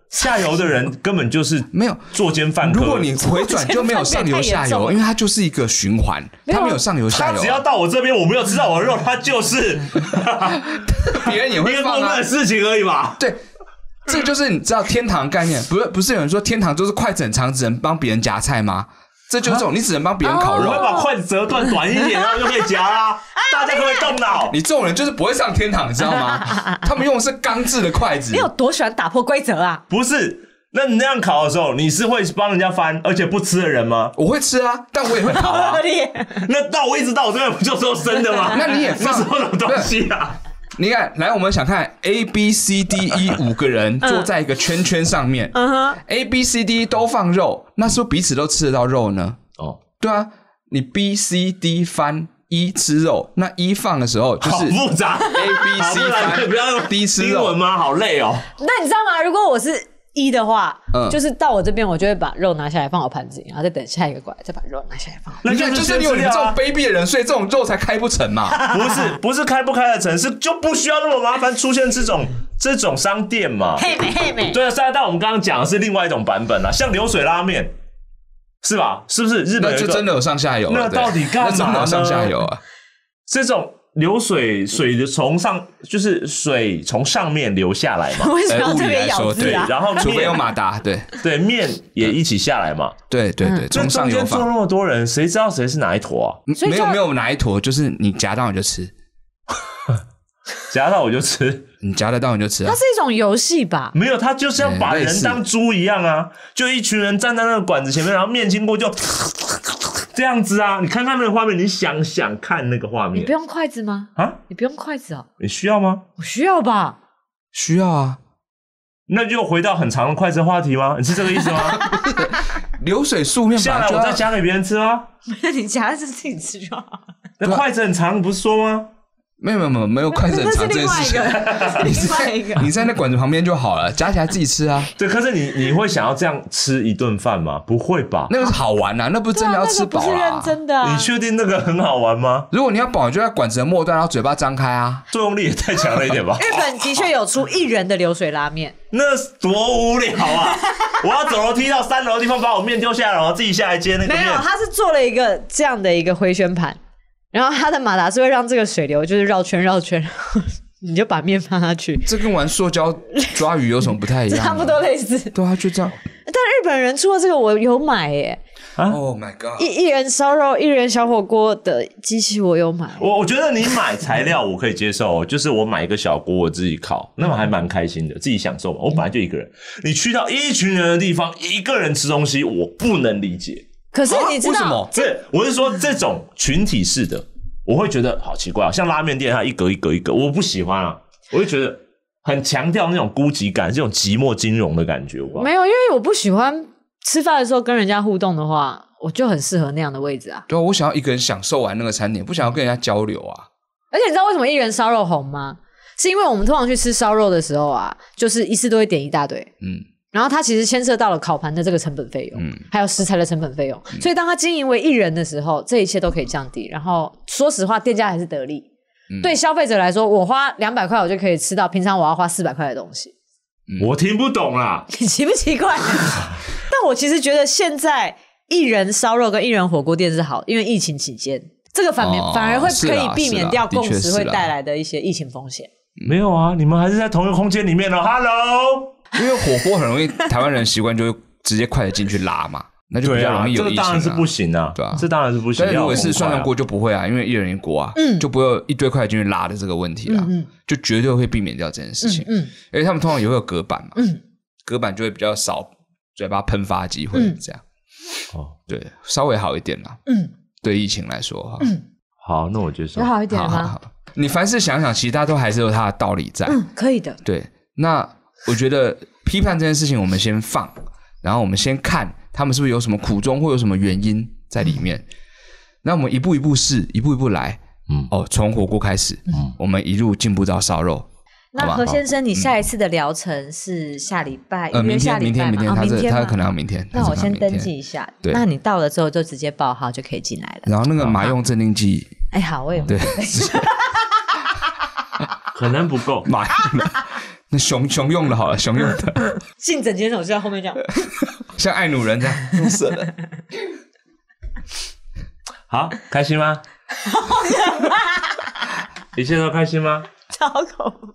[SPEAKER 1] 下游的人根本就是
[SPEAKER 2] 没有
[SPEAKER 1] 作奸犯科。
[SPEAKER 2] 如果你回转就没有上游下游，因为它就是一个循环，它没有上游下游。
[SPEAKER 1] 他只要到我这边，我没有吃到我的肉，他就是
[SPEAKER 2] 别人也会放啊
[SPEAKER 1] 的事情而已嘛。
[SPEAKER 2] 对，这就是你知道天堂概念，不是不是有人说天堂就是筷子很长，只能帮别人夹菜吗？这就是这种，你只能帮别人烤肉，
[SPEAKER 1] 我会把筷子折断短一点，然后就可以夹啦。大家可不可以动脑？
[SPEAKER 2] 你这种人就是不会上天堂，你知道吗？他们用的是钢制的筷子。
[SPEAKER 3] 你有多喜欢打破规则啊？
[SPEAKER 1] 不是，那你那样烤的时候，你是会帮人家翻，而且不吃的人吗？
[SPEAKER 2] 我会吃啊，但我也会烤啊。
[SPEAKER 1] 那到我一直到我这边不就说生的吗？
[SPEAKER 2] 那你也放
[SPEAKER 1] 什么东西啊？
[SPEAKER 2] 你看，来，我们想看 A B C D E 五个人坐在一个圈圈上面、嗯、，A B C D 都放肉，那是不是彼此都吃得到肉呢？哦，对啊，你 B C D 翻一吃肉，那一放的时候就是
[SPEAKER 1] 好复杂
[SPEAKER 2] A B C 翻
[SPEAKER 1] 不要用
[SPEAKER 2] D 吃肉
[SPEAKER 1] 英文吗？好累哦。
[SPEAKER 3] 那你知道吗？如果我是一的话、嗯，就是到我这边，我就会把肉拿下来放我盘子里，然后再等下一个过来，再把肉拿下来放。
[SPEAKER 2] 那就就是你有你们这种卑鄙的人，所以这种肉才开不成嘛。
[SPEAKER 1] 不是不是开不开得成，是就不需要那么麻烦出现这种这种商店嘛。
[SPEAKER 3] 嘿美嘿美。
[SPEAKER 1] 对啊，现在但我们刚刚讲的是另外一种版本啦，像流水拉面，是吧？是不是日本有一个？
[SPEAKER 2] 那就真的有上下游了。
[SPEAKER 1] 那到底干嘛呢？
[SPEAKER 2] 那真的有上下游啊。
[SPEAKER 1] 这种流水水从上就是水从上面流下来嘛，
[SPEAKER 3] 为什么要特别咬字啊？
[SPEAKER 1] 然后
[SPEAKER 2] 除非有马达，对
[SPEAKER 1] 对，面也一起下来嘛，
[SPEAKER 2] 对对对，从上游
[SPEAKER 1] 放。坐那么多人，谁知道谁是哪一坨啊？
[SPEAKER 2] 没有没有哪一坨，就是你夹到你就吃，
[SPEAKER 1] 夹到我就吃，
[SPEAKER 2] 你夹得到你就吃啊。
[SPEAKER 3] 它是一种游戏吧？
[SPEAKER 1] 没有，它就是要把人当猪一样啊，就一群人站在那个管子前面，然后面经过就。这样子啊，你看看那个画面，你想想看那个画面。
[SPEAKER 3] 你不用筷子吗？啊，你不用筷子哦？
[SPEAKER 1] 你需要吗？
[SPEAKER 3] 我需要吧。
[SPEAKER 2] 需要啊。
[SPEAKER 1] 那就回到很长的筷子话题吗？你是这个意思吗？
[SPEAKER 2] 流水素面
[SPEAKER 1] 下来我再夹给别人吃吗？
[SPEAKER 3] 没有，你夹的是自己吃就好。
[SPEAKER 1] 那筷子很长，你不是说吗？
[SPEAKER 2] 没有没有没有没有筷子很长这件事情，
[SPEAKER 3] 你在
[SPEAKER 2] 你在那管子旁边就好了，夹起来自己吃啊。
[SPEAKER 1] 对，可是你你会想要这样吃一顿饭吗？不会吧？
[SPEAKER 2] 那个是好玩啊，那不是真的要吃饱啦、啊。
[SPEAKER 3] 那个不是认真的、啊。
[SPEAKER 1] 你确定那个很好玩吗？
[SPEAKER 2] 如果你要饱，你就在管子的末端，然后嘴巴张开啊，
[SPEAKER 1] 作用力也太强了一点吧。
[SPEAKER 3] 日本的确有出一人的流水拉面，
[SPEAKER 1] 那多无聊啊！我要走楼梯到三楼的地方，把我面丢下来，然后自己下来接那个面。
[SPEAKER 3] 没有，他是做了一个这样的一个回旋盘。然后它的马达是会让这个水流就是绕圈绕圈，然后你就把面放下去。
[SPEAKER 2] 这跟玩塑胶抓鱼有什么不太一样？
[SPEAKER 3] 差不多类似。
[SPEAKER 2] 对啊，就这样。
[SPEAKER 3] 但日本人出的这个我有买耶。
[SPEAKER 2] 啊 Oh my god！
[SPEAKER 3] 一一人烧肉、一人小火锅的机器我有买。
[SPEAKER 1] 我我觉得你买材料我可以接受，就是我买一个小锅我自己烤，那么还蛮开心的，自己享受嘛。我本来就一个人，你去到一群人的地方，一个人吃东西，我不能理解。
[SPEAKER 3] 可是你知道、啊、
[SPEAKER 2] 为什么？
[SPEAKER 1] 这我是说这种群体式的，我会觉得好奇怪啊！像拉面店，它一格一格一格，我不喜欢啊！我会觉得很强调那种孤寂感，这种寂寞金融的感觉。
[SPEAKER 3] 没有，因为我不喜欢吃饭的时候跟人家互动的话，我就很适合那样的位置啊。
[SPEAKER 2] 对啊，我想要一个人享受完那个餐点，不想要跟人家交流啊。
[SPEAKER 3] 而且你知道为什么一人烧肉红吗？是因为我们通常去吃烧肉的时候啊，就是一次都会点一大堆，嗯。然后它其实牵涉到了烤盘的这个成本费用、嗯、还有食材的成本费用、嗯、所以当它经营为一人的时候，这一切都可以降低。然后说实话，店家还是得利、嗯、对消费者来说，我花两百块我就可以吃到平常我要花四百块的东西、
[SPEAKER 1] 嗯、我听不懂啦，
[SPEAKER 3] 你奇不奇怪？但我其实觉得现在一人烧肉跟一人火锅店是好，因为疫情期间这个反面、哦、反而会可以避免掉共识会带来的一些疫情风险。
[SPEAKER 1] 没有啊，你们还是在同一个空间里面哦 Hello，
[SPEAKER 2] 因为火锅很容易，台湾人习惯就会直接筷子进去拉嘛，那就比较容易有疫情、啊。这个
[SPEAKER 1] 当然是不行啊，对啊，这当然是不行。
[SPEAKER 2] 但如果是涮涮锅就不会啊，因为一人一锅啊，嗯、就不会有一堆筷子进去拉的这个问题啦、啊嗯嗯，就绝对会避免掉这件事情。嗯，嗯而且他们通常也会有隔板嘛，嗯、隔板就会比较少嘴巴喷发机会这样。哦、嗯，对，稍微好一点啦。嗯，对疫情来说哈。嗯，
[SPEAKER 1] 好，那我接受。
[SPEAKER 3] 有好一点吗？
[SPEAKER 2] 好好好你凡事想想，其实大家都还是有它的道理在。
[SPEAKER 3] 嗯，可以的。
[SPEAKER 2] 对，那我觉得批判这件事情，我们先放，然后我们先看他们是不是有什么苦衷，或有什么原因在里面。嗯、那我们一步一步试，一步一步来。嗯，哦，从火锅开始，嗯，我们一路进步到烧肉。
[SPEAKER 3] 那何先生，你下一次的疗程是下礼拜？呃，
[SPEAKER 2] 明天，明天，明天，他是他可能要明天。
[SPEAKER 3] 那我先登记一下。对，那你到了之后就直接报号就可以进来了。
[SPEAKER 2] 然后那个麻用镇定剂，
[SPEAKER 3] 哎，好，我也
[SPEAKER 2] 对。
[SPEAKER 1] 可能不够，
[SPEAKER 2] 麻那熊熊用的好了，熊用的。
[SPEAKER 3] 姓整间手就在后面这样，
[SPEAKER 2] 像爱努人这样用色的。
[SPEAKER 1] 好，开心吗？
[SPEAKER 3] 好可怕！
[SPEAKER 1] 一切都开心吗？
[SPEAKER 3] 超恐怖。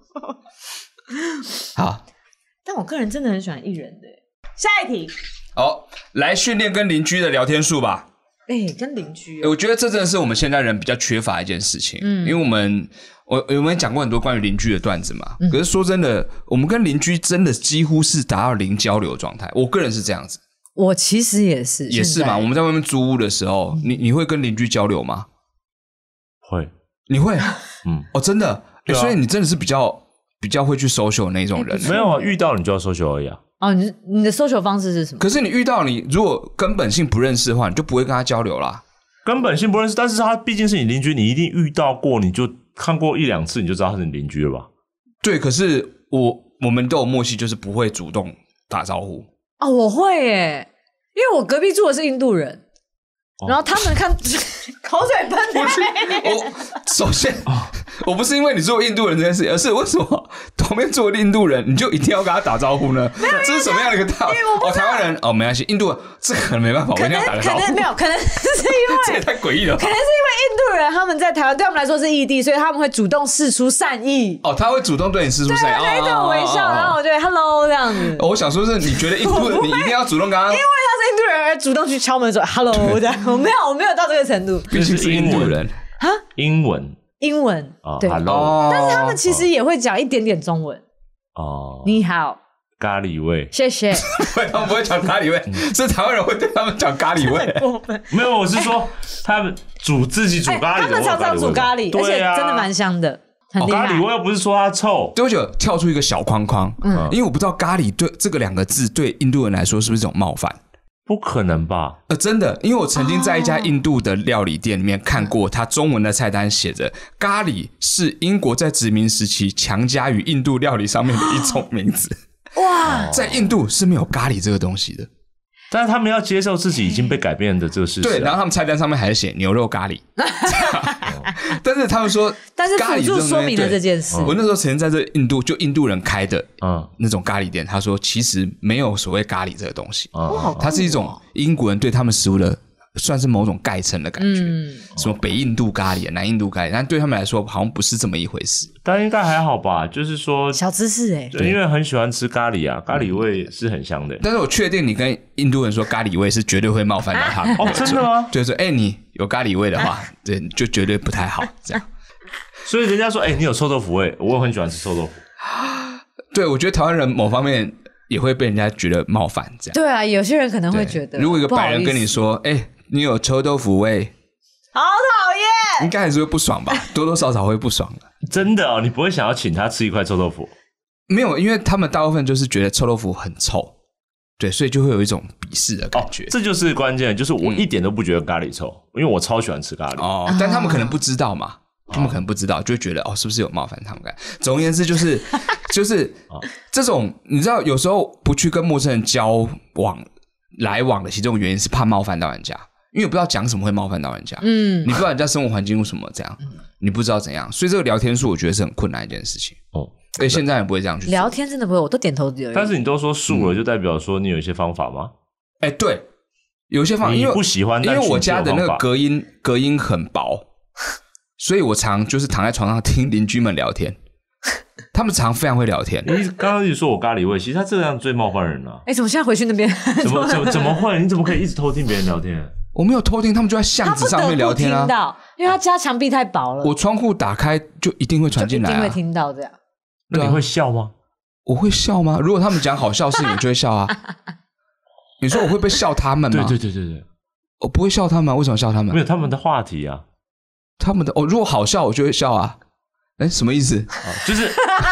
[SPEAKER 2] 好，
[SPEAKER 3] 但我个人真的很喜欢艺人的。下一题，
[SPEAKER 2] 好，来训练跟邻居的聊天术吧。
[SPEAKER 3] 哎、欸，跟邻居、
[SPEAKER 2] 欸，我觉得这真的是我们现在人比较缺乏一件事情。嗯，因为我们我我们讲过很多关于邻居的段子嘛、嗯，可是说真的，我们跟邻居真的几乎是达到零交流状态。我个人是这样子。
[SPEAKER 3] 我其实也是，
[SPEAKER 2] 也是嘛。我们在外面租屋的时候，你你会跟邻居交流吗？
[SPEAKER 1] 会，
[SPEAKER 2] 你会？
[SPEAKER 1] 嗯，
[SPEAKER 2] 哦，真的，欸啊、所以你真的是比较比较会去 social 那种人。
[SPEAKER 3] 欸、
[SPEAKER 1] 没有啊，遇到你就要 social 而已啊。
[SPEAKER 3] 哦，你你的 social 方式是什么？
[SPEAKER 2] 可是你遇到你如果根本性不认识的话，你就不会跟他交流啦。
[SPEAKER 1] 根本性不认识，但是他毕竟是你邻居，你一定遇到过，你就看过一两次，你就知道他是你邻居了吧？
[SPEAKER 2] 对，可是我我们都有默契，就是不会主动打招呼。
[SPEAKER 3] 哦，我会耶。因为我隔壁住的是印度人，哦、然后他们看口水喷出来。
[SPEAKER 2] 我首先、哦，我不是因为你做印度人这件事，而是为什么旁边做印度人，你就一定要跟他打招呼呢？这是什么样的一个道理？哦，台湾人哦，没关系，印度人这可能没办法，我一定要打个招呼。
[SPEAKER 3] 可能没有，可能是因为
[SPEAKER 2] 这也太诡异了吧。
[SPEAKER 3] 可能是因为印度人他们在台湾对他们来说是异地，所以他们会主动释出善意。
[SPEAKER 2] 哦，他会主动对你释出善意，
[SPEAKER 3] 对，对我微笑，然后我就会 hello 这样子。
[SPEAKER 2] 哦，我想说是你觉得印度人你一定要主动跟他，
[SPEAKER 3] 因为他是印度人而主动去敲门说 hello 这样，我没有，我没有到这个程度。
[SPEAKER 2] 毕竟是印度人
[SPEAKER 3] 啊，
[SPEAKER 1] 英文，
[SPEAKER 3] 英文，
[SPEAKER 1] 哦、
[SPEAKER 3] 对
[SPEAKER 1] ，hello，
[SPEAKER 3] 但是他们其实也会讲一点点中文。
[SPEAKER 1] 哦，
[SPEAKER 3] 你好。
[SPEAKER 1] 咖喱味，
[SPEAKER 3] 谢谢。
[SPEAKER 2] 他们不会讲咖喱味，是台湾人会对他们讲咖喱味。
[SPEAKER 1] 没有，我是说他们煮自己煮咖喱的、欸，
[SPEAKER 3] 他们常常煮咖喱，而且真的蛮香的，很厉害。
[SPEAKER 1] 哦、咖喱味又不是说它臭。
[SPEAKER 2] 对不起，跳出一个小框框，嗯，因为我不知道咖喱对这个两个字对印度人来说是不是一种冒犯？
[SPEAKER 1] 不可能吧？
[SPEAKER 2] 呃，真的，因为我曾经在一家印度的料理店里面看过，它中文的菜单写着咖喱是英国在殖民时期强加于印度料理上面的一种名字。哇，在印度是没有咖喱这个东西的，
[SPEAKER 1] 但是他们要接受自己已经被改变的这个事实、啊。
[SPEAKER 2] 对，然后他们菜单上面还是写牛肉咖喱，但是他们说，
[SPEAKER 3] 但是辅助说明了这件事。
[SPEAKER 2] 我那时候曾经在这印度，就印度人开的，嗯，那种咖喱店，他说其实没有所谓咖喱这个东西，
[SPEAKER 3] 嗯、
[SPEAKER 2] 它是一种英国人对他们食物的。算是某种概称的感觉、嗯，什么北印度咖喱、南印度咖喱，但对他们来说好像不是这么一回事。
[SPEAKER 1] 但应该还好吧，就是说
[SPEAKER 3] 小知识哎、
[SPEAKER 1] 欸，因为很喜欢吃咖喱啊，咖喱味是很香的、欸。
[SPEAKER 2] 但是我确定你跟印度人说咖喱味是绝对会冒犯到他们。
[SPEAKER 1] 哦，真的吗？
[SPEAKER 2] 就是说，哎、欸，你有咖喱味的话，对，就绝对不太好这样。
[SPEAKER 1] 所以人家说，哎、欸，你有臭豆腐味，我很喜欢吃臭豆腐。
[SPEAKER 2] 对，我觉得台湾人某方面也会被人家觉得冒犯这样。
[SPEAKER 3] 对啊，有些人可能会觉得，
[SPEAKER 2] 如果一个白人跟你说，哎、欸。你有臭豆腐味，
[SPEAKER 3] 好讨厌，
[SPEAKER 2] 应该还是会不爽吧？多多少少会不爽的。
[SPEAKER 1] 真的哦，你不会想要请他吃一块臭豆腐？
[SPEAKER 2] 没有，因为他们大部分就是觉得臭豆腐很臭，对，所以就会有一种鄙视的感觉。
[SPEAKER 1] 哦、这就是关键，就是我一点都不觉得咖喱臭，嗯、因为我超喜欢吃咖喱。
[SPEAKER 2] 哦，但他们可能不知道嘛，他们可能不知道，就会觉得哦，是不是有冒犯他们感？总而言之，就是就是这种，你知道，有时候不去跟陌生人交往来往的其中原因是怕冒犯到人家。因为不知道讲什么会冒犯到人家，嗯，你不知道人家生活环境有什么这样，嗯、你不知道怎样，所以这个聊天术我觉得是很困难一件事情。哦，所以现在也不会这样去
[SPEAKER 3] 聊天，真的不会，我都点头而已。
[SPEAKER 1] 但是你都说术了，就代表说你有一些方法吗？
[SPEAKER 2] 哎、嗯，对，有一些方法，
[SPEAKER 1] 你不喜欢，
[SPEAKER 2] 因为我家的那个隔音隔音很薄，所以我常就是躺在床上听邻居们聊天。他们常非常会聊天。
[SPEAKER 1] 你刚刚一直说我咖喱味，其实他这样最冒犯人了、啊。
[SPEAKER 3] 哎、欸，怎么现在回去那边？
[SPEAKER 1] 怎么怎么怎么会？你怎么可以一直偷听别人聊天？
[SPEAKER 2] 我没有偷听，他们就在巷子上面聊天啊。
[SPEAKER 3] 他不得不听到，因为他家墙壁太薄了。
[SPEAKER 2] 我窗户打开就一定会传进来、啊，
[SPEAKER 3] 一定会听到这样。
[SPEAKER 1] 那你会笑吗？
[SPEAKER 2] 我会笑吗？如果他们讲好笑事情，我就会笑啊。你说我会不会笑他们吗？
[SPEAKER 1] 对对对对对，
[SPEAKER 2] 我不会笑他们，为什么笑他们？
[SPEAKER 1] 没有他们的话题啊，
[SPEAKER 2] 他们的哦，如果好笑我就会笑啊。哎，什么意思？
[SPEAKER 1] 哦、就是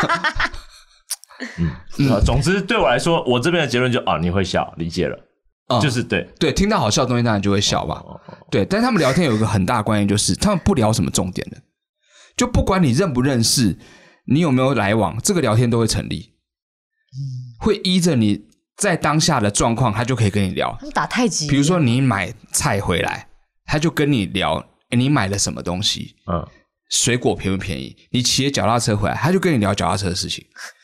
[SPEAKER 1] 嗯嗯，总之对我来说，我这边的结论就啊，你会笑，理解了。嗯、就是对
[SPEAKER 2] 对，听到好笑的东西当然就会笑吧。哦哦哦对，但是他们聊天有一个很大的关键，就是他们不聊什么重点的，就不管你认不认识，你有没有来往，这个聊天都会成立。嗯、会依着你在当下的状况，他就可以跟你聊。
[SPEAKER 3] 他们打太极，
[SPEAKER 2] 比如说你买菜回来，他就跟你聊，你买了什么东西？嗯，水果便不便宜？你骑着脚踏车回来，他就跟你聊脚踏车的事情。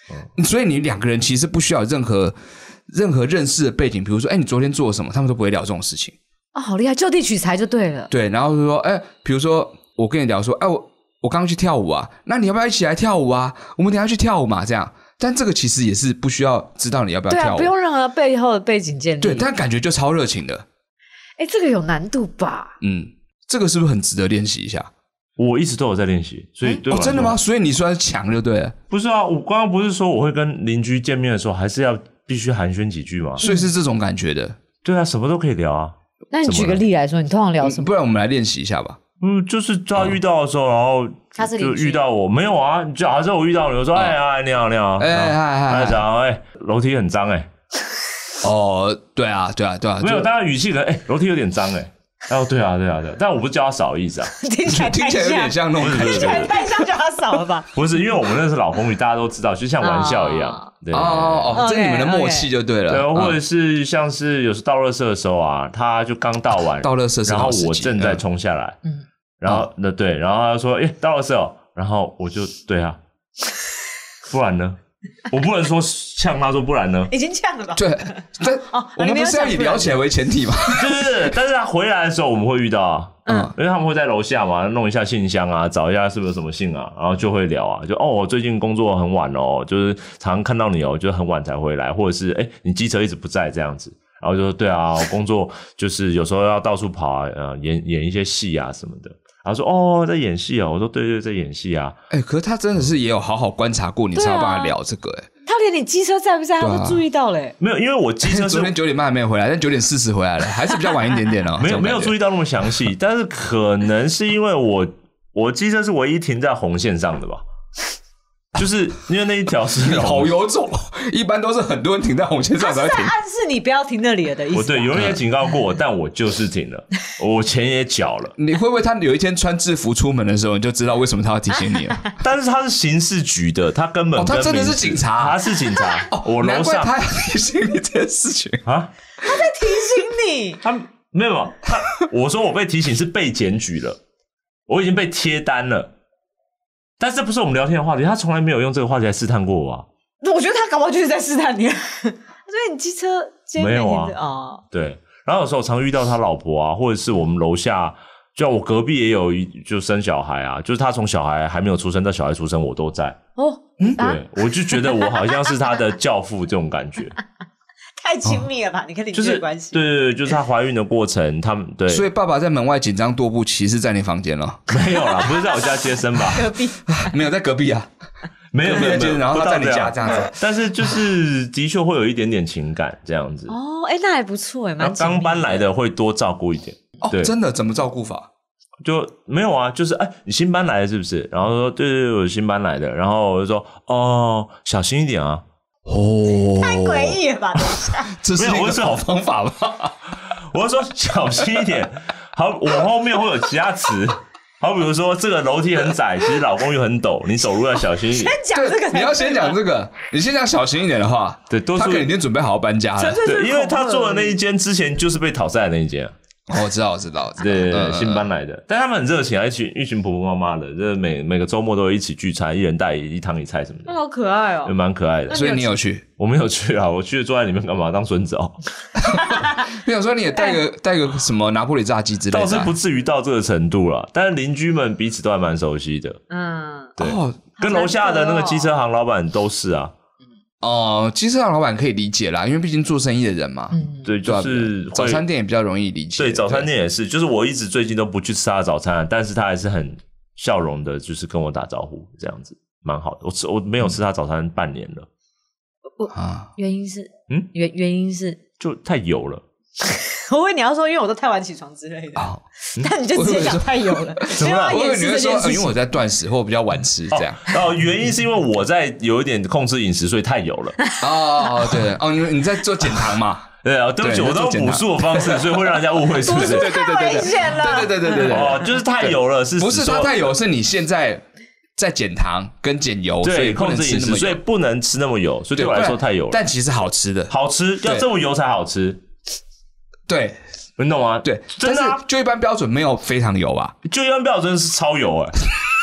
[SPEAKER 2] 嗯、所以你两个人其实不需要任何任何认识的背景，比如说，哎，你昨天做了什么，他们都不会聊这种事情。
[SPEAKER 3] 哦，好厉害，就地取材就对了。
[SPEAKER 2] 对，然后就说，哎，比如说我跟你聊说，哎，我我刚刚去跳舞啊，那你要不要一起来跳舞啊？我们等一下去跳舞嘛，这样。但这个其实也是不需要知道你要不要跳舞，
[SPEAKER 3] 对啊，不用任何背后的背景建立。
[SPEAKER 2] 对，但感觉就超热情的。
[SPEAKER 3] 哎，这个有难度吧？
[SPEAKER 2] 嗯，这个是不是很值得练习一下？
[SPEAKER 1] 我一直都有在练习，所以对我、
[SPEAKER 2] 哦、真的吗？所以你算是强就对了。
[SPEAKER 1] 不是啊，我刚刚不是说我会跟邻居见面的时候，还是要必须寒暄几句吗？
[SPEAKER 2] 所以是这种感觉的。
[SPEAKER 1] 对啊，什么都可以聊啊。
[SPEAKER 3] 那你举个例来说，你通常聊什么？
[SPEAKER 2] 嗯、不然我们来练习一下吧。
[SPEAKER 1] 嗯，就是他遇到的时候，嗯、然后
[SPEAKER 3] 他是
[SPEAKER 1] 就遇到我，没有啊？就好像我遇到你，我说哎哎，你好你好，
[SPEAKER 2] 哎嗨嗨，
[SPEAKER 1] 早上哎，楼梯很脏哎。
[SPEAKER 2] 哦，对啊对啊对啊，
[SPEAKER 1] 没有，当然语气可能哎，楼梯有点脏哎。哦，对啊，对啊，对啊，但我不是叫他扫意思啊，
[SPEAKER 3] 听起来
[SPEAKER 2] 听起来有点像那种感觉，
[SPEAKER 3] 听起来太像叫他扫了吧？
[SPEAKER 1] 不是，因为我们那是老风雨，大家都知道，就像玩笑一样。
[SPEAKER 2] 哦哦哦，这是你们的默契就对了。
[SPEAKER 1] 对，或者是像是有时倒垃圾的时候啊，他就刚倒完，
[SPEAKER 2] 倒垃圾，
[SPEAKER 1] 然后我正在冲下来，嗯，然后那对，然后他说，哎，倒垃圾哦，然后我就对啊，不然呢？我不能说呛他说不然呢，
[SPEAKER 3] 已经呛了吧？
[SPEAKER 2] 对，但、哦、我们不是要以聊起来为前提吗？
[SPEAKER 1] 对对对，但是他回来的时候我们会遇到啊，嗯，因为他们会在楼下嘛，弄一下信箱啊，找一下是不是有什么信啊，然后就会聊啊，就哦，我最近工作很晚哦，就是常常看到你哦，就很晚才回来，或者是哎，你机车一直不在这样子，然后就说对啊，我工作就是有时候要到处跑啊，呃，演演一些戏啊什么的。他说：“哦，在演戏哦。”我说：“对对，在演戏啊。”
[SPEAKER 2] 哎、欸，可是他真的是也有好好观察过你，才要帮他聊这个、欸。哎、啊，
[SPEAKER 3] 他连你机车在不在，他都注意到嘞、欸。
[SPEAKER 1] 没有，因为我机车是
[SPEAKER 2] 昨天九点半还没有回来，但九点四十回来了，还是比较晚一点点哦。
[SPEAKER 1] 没有没有注意到那么详细，但是可能是因为我我机车是唯一停在红线上的吧。就是因为那一条是
[SPEAKER 2] 你好有种，一般都是很多人停在红线上才会停。
[SPEAKER 3] 他是在暗示你不要停那里了的意思、啊。
[SPEAKER 1] 我对，有人也警告过我，但我就是停了，我钱也缴了。
[SPEAKER 2] 你会不会他有一天穿制服出门的时候，你就知道为什么他要提醒你了？
[SPEAKER 1] 但是他是刑事局的，他根本
[SPEAKER 2] 哦，他真的是警察，
[SPEAKER 1] 他是警察。
[SPEAKER 2] 哦，
[SPEAKER 1] 我楼上
[SPEAKER 2] 他要提醒你这件事情
[SPEAKER 1] 啊，
[SPEAKER 3] 他在提醒你。
[SPEAKER 1] 他没有，他我说我被提醒是被检举了，我已经被贴单了。但是这不是我们聊天的话题，他从来没有用这个话题来试探过我啊。
[SPEAKER 3] 我觉得他搞不好就是在试探你，所以你机车
[SPEAKER 1] 没有啊？
[SPEAKER 3] 哦，
[SPEAKER 1] 对。然后有时候我常遇到他老婆啊，或者是我们楼下，就我隔壁也有一就生小孩啊，就是他从小孩还没有出生到小孩出生，我都在。
[SPEAKER 3] 哦，
[SPEAKER 1] 嗯，对，啊、我就觉得我好像是他的教父这种感觉。
[SPEAKER 3] 太亲密了吧？哦、你跟邻居的关系，
[SPEAKER 1] 对对对，就是她怀孕的过程，他们对，
[SPEAKER 2] 所以爸爸在门外紧张踱步，其实在你房间了，
[SPEAKER 1] 没有啦，不是在我家接生吧？
[SPEAKER 3] 隔壁
[SPEAKER 2] 没有在隔壁啊，
[SPEAKER 1] 没有没有没有，
[SPEAKER 2] 然后他在你家这样子，
[SPEAKER 1] 但是就是的确会有一点点情感这样子。
[SPEAKER 3] 哦，哎，那还不错哎，蛮
[SPEAKER 1] 刚搬来的会多照顾一点。
[SPEAKER 2] 哦，真的？怎么照顾法？
[SPEAKER 1] 就没有啊，就是哎，你新搬来的是不是？然后说对对对，我新搬来的，然后我就说哦，小心一点啊。
[SPEAKER 2] 哦，
[SPEAKER 3] 太诡异了吧！等一下，
[SPEAKER 2] 这是一个好方法吧？
[SPEAKER 1] 我是说小心一点。好，我后面会有其他词，好，比如说这个楼梯很窄，其实老公又很陡，你走路要小心一点。
[SPEAKER 3] 先讲这个，
[SPEAKER 2] 你要先讲这个，你先讲小心一点的话，
[SPEAKER 1] 对，多数
[SPEAKER 2] 他可能已经准备好好搬家了。
[SPEAKER 1] 对，因为他做的那一间之前就是被讨债的那一间。
[SPEAKER 2] 哦，我知道，我知道，我知道
[SPEAKER 1] 对，嗯、新搬来的，但他们很热情啊，一群一群婆婆妈妈的，这每每个周末都会一起聚餐，一人带一汤一菜什么的，
[SPEAKER 3] 那好可爱哦，
[SPEAKER 1] 也蛮可爱的。
[SPEAKER 2] 所以你有去？
[SPEAKER 1] 我没有去啊，我去坐在里面干嘛？当孙子哦。
[SPEAKER 2] 没有说你也带个带个什么拿破里炸鸡之类的、啊，
[SPEAKER 1] 倒是不至于到这个程度啦，但是邻居们彼此都还蛮熟悉的。
[SPEAKER 3] 嗯，
[SPEAKER 1] 对，哦、跟楼下的那个机车行老板都是啊。
[SPEAKER 2] 哦，机车行老板可以理解啦，因为毕竟做生意的人嘛。
[SPEAKER 3] 嗯，
[SPEAKER 1] 对，就是
[SPEAKER 2] 早餐店也比较容易理解。
[SPEAKER 1] 对，早餐店也是，就是我一直最近都不去吃他的早餐，但是他还是很笑容的，就是跟我打招呼，这样子蛮好的。我吃我没有吃他早餐半年了。
[SPEAKER 3] 我啊，原因是
[SPEAKER 1] 嗯，
[SPEAKER 3] 原原因是
[SPEAKER 1] 就太油了。
[SPEAKER 3] 我以为你要说，因为我都太晚起床之类的，哦嗯、但你就直接讲太油了。
[SPEAKER 2] 怎么了？我以为你会说、呃，因为我在断食或比较晚吃这样。
[SPEAKER 1] 哦，哦原因是因为我在有一点控制饮食，所以太油了。
[SPEAKER 2] 哦，对，哦，因为你在做减糖嘛。
[SPEAKER 1] 对啊，对不起，我都补数的方式，所以会让人家误会，是不是？
[SPEAKER 2] 对对对对对，
[SPEAKER 3] 太危险了。
[SPEAKER 2] 对对对对对对，
[SPEAKER 1] 哦，就是太油了，是
[SPEAKER 2] 不是它太油？是你现在在减糖跟减油，所以
[SPEAKER 1] 控制饮食，所以不能吃那么油，所以对我来说太油了。
[SPEAKER 2] 但其实好吃的，
[SPEAKER 1] 好吃，要这么油才好吃。
[SPEAKER 2] 对。
[SPEAKER 1] 你懂吗？
[SPEAKER 2] 对，
[SPEAKER 1] 真的、啊，
[SPEAKER 2] 就一般标准没有非常油啊，
[SPEAKER 1] 就一般标准是超油哎、欸，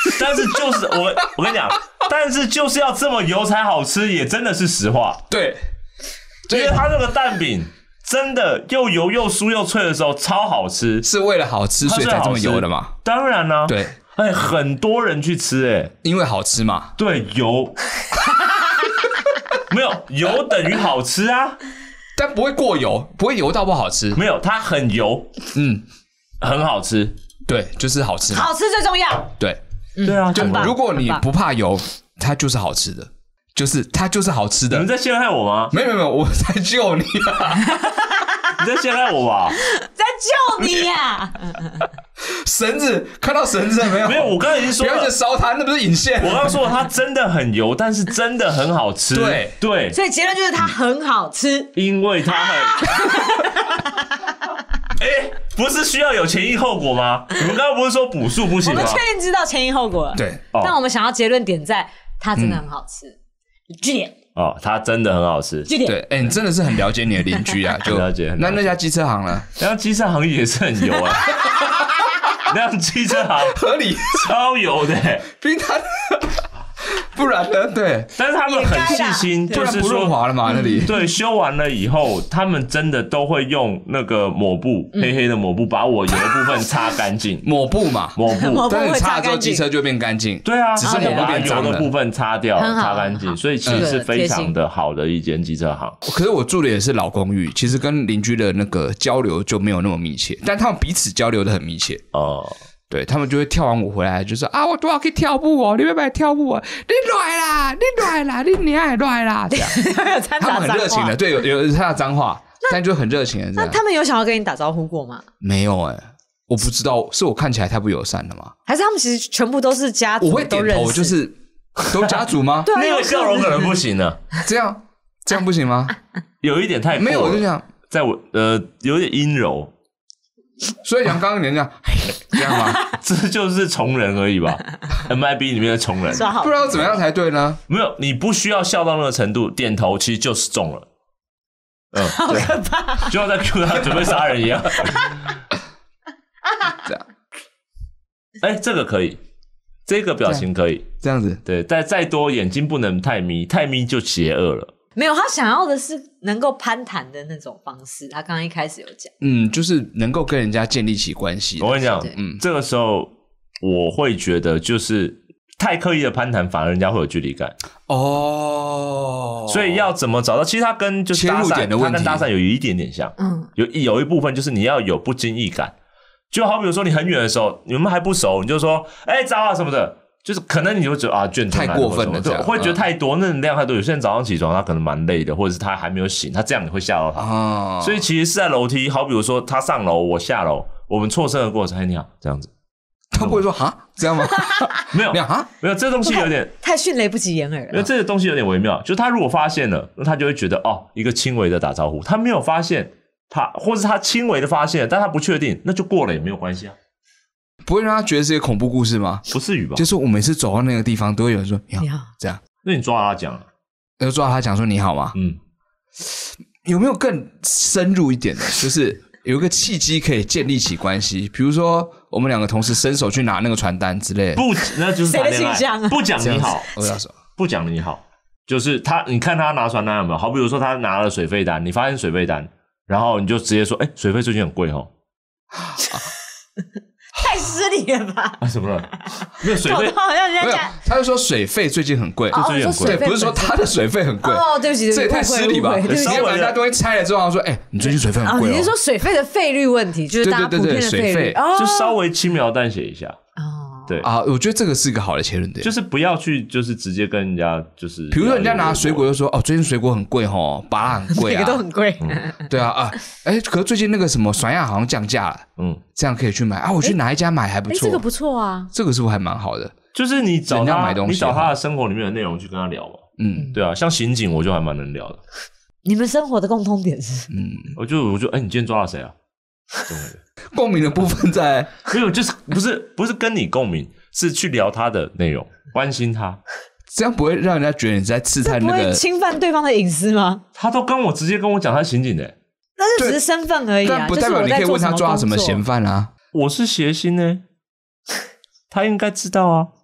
[SPEAKER 1] 但是就是我我跟你讲，但是就是要这么油才好吃，也真的是实话。
[SPEAKER 2] 对，
[SPEAKER 1] 因为它那个蛋饼真的又油又酥又脆的时候超好吃，
[SPEAKER 2] 是为了好吃所以才这么油的嘛？
[SPEAKER 1] 当然啦、啊，
[SPEAKER 2] 对，
[SPEAKER 1] 哎，很多人去吃、欸，哎，
[SPEAKER 2] 因为好吃嘛。
[SPEAKER 1] 对，油没有油等于好吃啊，
[SPEAKER 2] 但不会过油，不会油到不好吃。
[SPEAKER 1] 没有，它很油，
[SPEAKER 2] 嗯，
[SPEAKER 1] 很好吃。
[SPEAKER 2] 对，就是好吃嘛，
[SPEAKER 3] 好吃最重要。
[SPEAKER 2] 对，
[SPEAKER 3] 嗯、
[SPEAKER 1] 对啊，
[SPEAKER 2] 就如果你不怕油，它就是好吃的，就是它就是好吃的。
[SPEAKER 1] 你们在陷害我吗？
[SPEAKER 2] 没有没有没有，我在救你啊！
[SPEAKER 1] 你在陷害我吧？
[SPEAKER 3] 在救你呀、啊！
[SPEAKER 2] 绳子看到绳子了没有？
[SPEAKER 1] 没有，我刚才已经说了，
[SPEAKER 2] 不要去烧它，那不是引线。
[SPEAKER 1] 我刚刚说它真的很油，但是真的很好吃。
[SPEAKER 2] 对
[SPEAKER 1] 对，
[SPEAKER 3] 所以结论就是它很好吃，
[SPEAKER 1] 因为它很。哎、欸，不是需要有前因后果吗？你们刚刚不是说补数不行吗？
[SPEAKER 3] 我们确定知道前因后果了。
[SPEAKER 2] 对，
[SPEAKER 3] 但我们想要结论点在它真的很好吃。据点
[SPEAKER 1] 哦，它真的很好吃。
[SPEAKER 3] 据点
[SPEAKER 2] 对，哎、欸，你真的是很了解你的邻居啊，就
[SPEAKER 1] 了解。了解
[SPEAKER 2] 那那家机车行呢？
[SPEAKER 1] 那家机车行也是很油啊。那样机车行
[SPEAKER 2] 合理，
[SPEAKER 1] 超油的、欸，
[SPEAKER 2] 冰它。不然呢？对，
[SPEAKER 1] 但是他们很细心，就是
[SPEAKER 2] 不润滑了嘛那里。
[SPEAKER 1] 对，修完了以后，他们真的都会用那个抹布，嗯、黑黑的抹布，把我油的部分擦干净。
[SPEAKER 2] 抹布嘛，
[SPEAKER 1] 抹布，
[SPEAKER 2] 但是擦了之后机车就变干净。
[SPEAKER 1] 对啊，
[SPEAKER 2] 只是抹布变脏
[SPEAKER 1] 油的部分擦掉，擦干净，所以其实是非常的好的一间机车行。
[SPEAKER 2] 可是我住的也是老公寓，其实跟邻居的那个交流就没有那么密切，但他们彼此交流的很密切哦。对他们就会跳完舞回来就说啊，我多少可以跳舞哦，你要不要跳舞啊？你来啦，你来啦，你你爱来啦，这样。他们很热情的，对，有有他的脏话，但就很热情的这样。
[SPEAKER 3] 那他们有想要跟你打招呼过吗？
[SPEAKER 2] 没有哎、欸，我不知道，是我看起来太不友善了吗？
[SPEAKER 3] 还是他们其实全部都是家族？
[SPEAKER 2] 我会点头，就是都家族吗？
[SPEAKER 3] 对啊，
[SPEAKER 1] 那个笑容可能不行了。
[SPEAKER 2] 这样这样不行吗？
[SPEAKER 1] 有一点太
[SPEAKER 2] 没有，我就想
[SPEAKER 1] 在我呃有点阴柔。
[SPEAKER 2] 所以像刚刚你这样，这样吗？
[SPEAKER 1] 这就是从人而已吧 ，M I B 里面的从人，
[SPEAKER 2] 不知道怎么样才对呢？
[SPEAKER 1] 没有，你不需要笑到那个程度，点头其实就是中了。
[SPEAKER 3] 嗯，好可怕，
[SPEAKER 1] 就要在 Q 他准备杀人一样。
[SPEAKER 2] 这样，
[SPEAKER 1] 哎、欸，这个可以，这个表情可以，
[SPEAKER 2] 这样子，
[SPEAKER 1] 对，再再多眼睛不能太眯，太眯就邪恶了。
[SPEAKER 3] 没有，他想要的是能够攀谈的那种方式。他刚刚一开始有讲，
[SPEAKER 2] 嗯，就是能够跟人家建立起关系。
[SPEAKER 1] 我跟你讲，嗯，这个时候我会觉得，就是太刻意的攀谈，反而人家会有距离感。
[SPEAKER 2] 哦，
[SPEAKER 1] 所以要怎么找到？其实它跟就是搭讪的问题，它跟搭讪有一点点像。嗯，有有一部分就是你要有不经意感，就好比如说你很远的时候，你们还不熟，你就说哎、欸、早啊什么的。就是可能你就觉得啊，倦
[SPEAKER 2] 太过分了，
[SPEAKER 1] 对，会觉得太多，那量太多。有些人早上起床，他可能蛮累的，或者是他还没有醒，他这样你会吓到他。哦、所以其实是在楼梯，好比如说他上楼，我下楼，我们错身的过程，哎你好，这样子，
[SPEAKER 2] 他不会说哈这样吗？
[SPEAKER 1] 没有，
[SPEAKER 2] 没有哈，
[SPEAKER 1] 没有，这东西有点
[SPEAKER 3] 太迅雷不及掩耳了。
[SPEAKER 1] 因为这个东西有点微妙，就是他如果发现了，那他就会觉得哦，一个轻微的打招呼，他没有发现，他或是他轻微的发现，但他不确定，那就过了也没有关系啊。
[SPEAKER 2] 不会让他觉得是一个恐怖故事吗？
[SPEAKER 1] 不至于吧？
[SPEAKER 2] 就是我每次走到那个地方，都会有人说你好，你好这样。
[SPEAKER 1] 那你抓他讲，
[SPEAKER 2] 要抓他讲说你好吗？嗯，有没有更深入一点的？就是有一个契机可以建立起关系，比如说我们两个同时伸手去拿那个传单之类的。
[SPEAKER 1] 不，那就是
[SPEAKER 3] 谁的倾向啊？
[SPEAKER 1] 不讲你好，
[SPEAKER 2] 我要说
[SPEAKER 1] 不讲你好，就是他，你看他拿传单有没有？好比如说他拿了水费单，你发现水费单，然后你就直接说，哎、欸，水费最近很贵哦。
[SPEAKER 3] 太失礼了吧？
[SPEAKER 1] 啊，什么了？没有水费，
[SPEAKER 3] 好像人家讲，
[SPEAKER 2] 他就说水费最近很贵，
[SPEAKER 3] 哦、
[SPEAKER 1] 最近很贵，
[SPEAKER 2] 对，不是说他的水费很贵。
[SPEAKER 3] 哦，对不起，
[SPEAKER 2] 这也太失礼吧？你要把人家东西拆了之后说，哎、欸，你最近水费很贵、哦
[SPEAKER 3] 哦。你是说水费的费率问题，就是大家普遍的费率，
[SPEAKER 2] 哦、
[SPEAKER 1] 就稍微轻描淡写一下。哦。对
[SPEAKER 2] 啊，我觉得这个是一个好的切入点，
[SPEAKER 1] 就是不要去，就是直接跟人家，就是
[SPEAKER 2] 比如说人家拿水果就说，哦，最近水果很贵吼，芭乐很贵啊，
[SPEAKER 3] 每个都很贵。
[SPEAKER 2] 嗯、对啊啊，哎，可是最近那个什么酸亚好像降价了，嗯，这样可以去买啊，我去哪一家买还不错，
[SPEAKER 3] 这个不错啊，
[SPEAKER 2] 这个是不是还蛮好的？
[SPEAKER 1] 就是你找他
[SPEAKER 2] 买东西，
[SPEAKER 1] 你找他的生活里面的内容去跟他聊嘛，嗯，对啊，像刑警我就还蛮能聊的。
[SPEAKER 3] 你们生活的共通点是，
[SPEAKER 1] 嗯，我就我就哎，你今天抓了谁啊？
[SPEAKER 2] 共鸣的部分在
[SPEAKER 1] 没有，就是不是不是跟你共鸣。是去聊他的内容，关心他，
[SPEAKER 2] 这样不会让人家觉得你在刺探那个，
[SPEAKER 3] 不会侵犯对方的隐私吗？
[SPEAKER 1] 他都跟我直接跟我讲他是刑警的，
[SPEAKER 3] 但是只是身份而已啊，
[SPEAKER 2] 但不代表你可以问他抓什么嫌犯啊。
[SPEAKER 1] 我是谐星呢，他应该知道啊。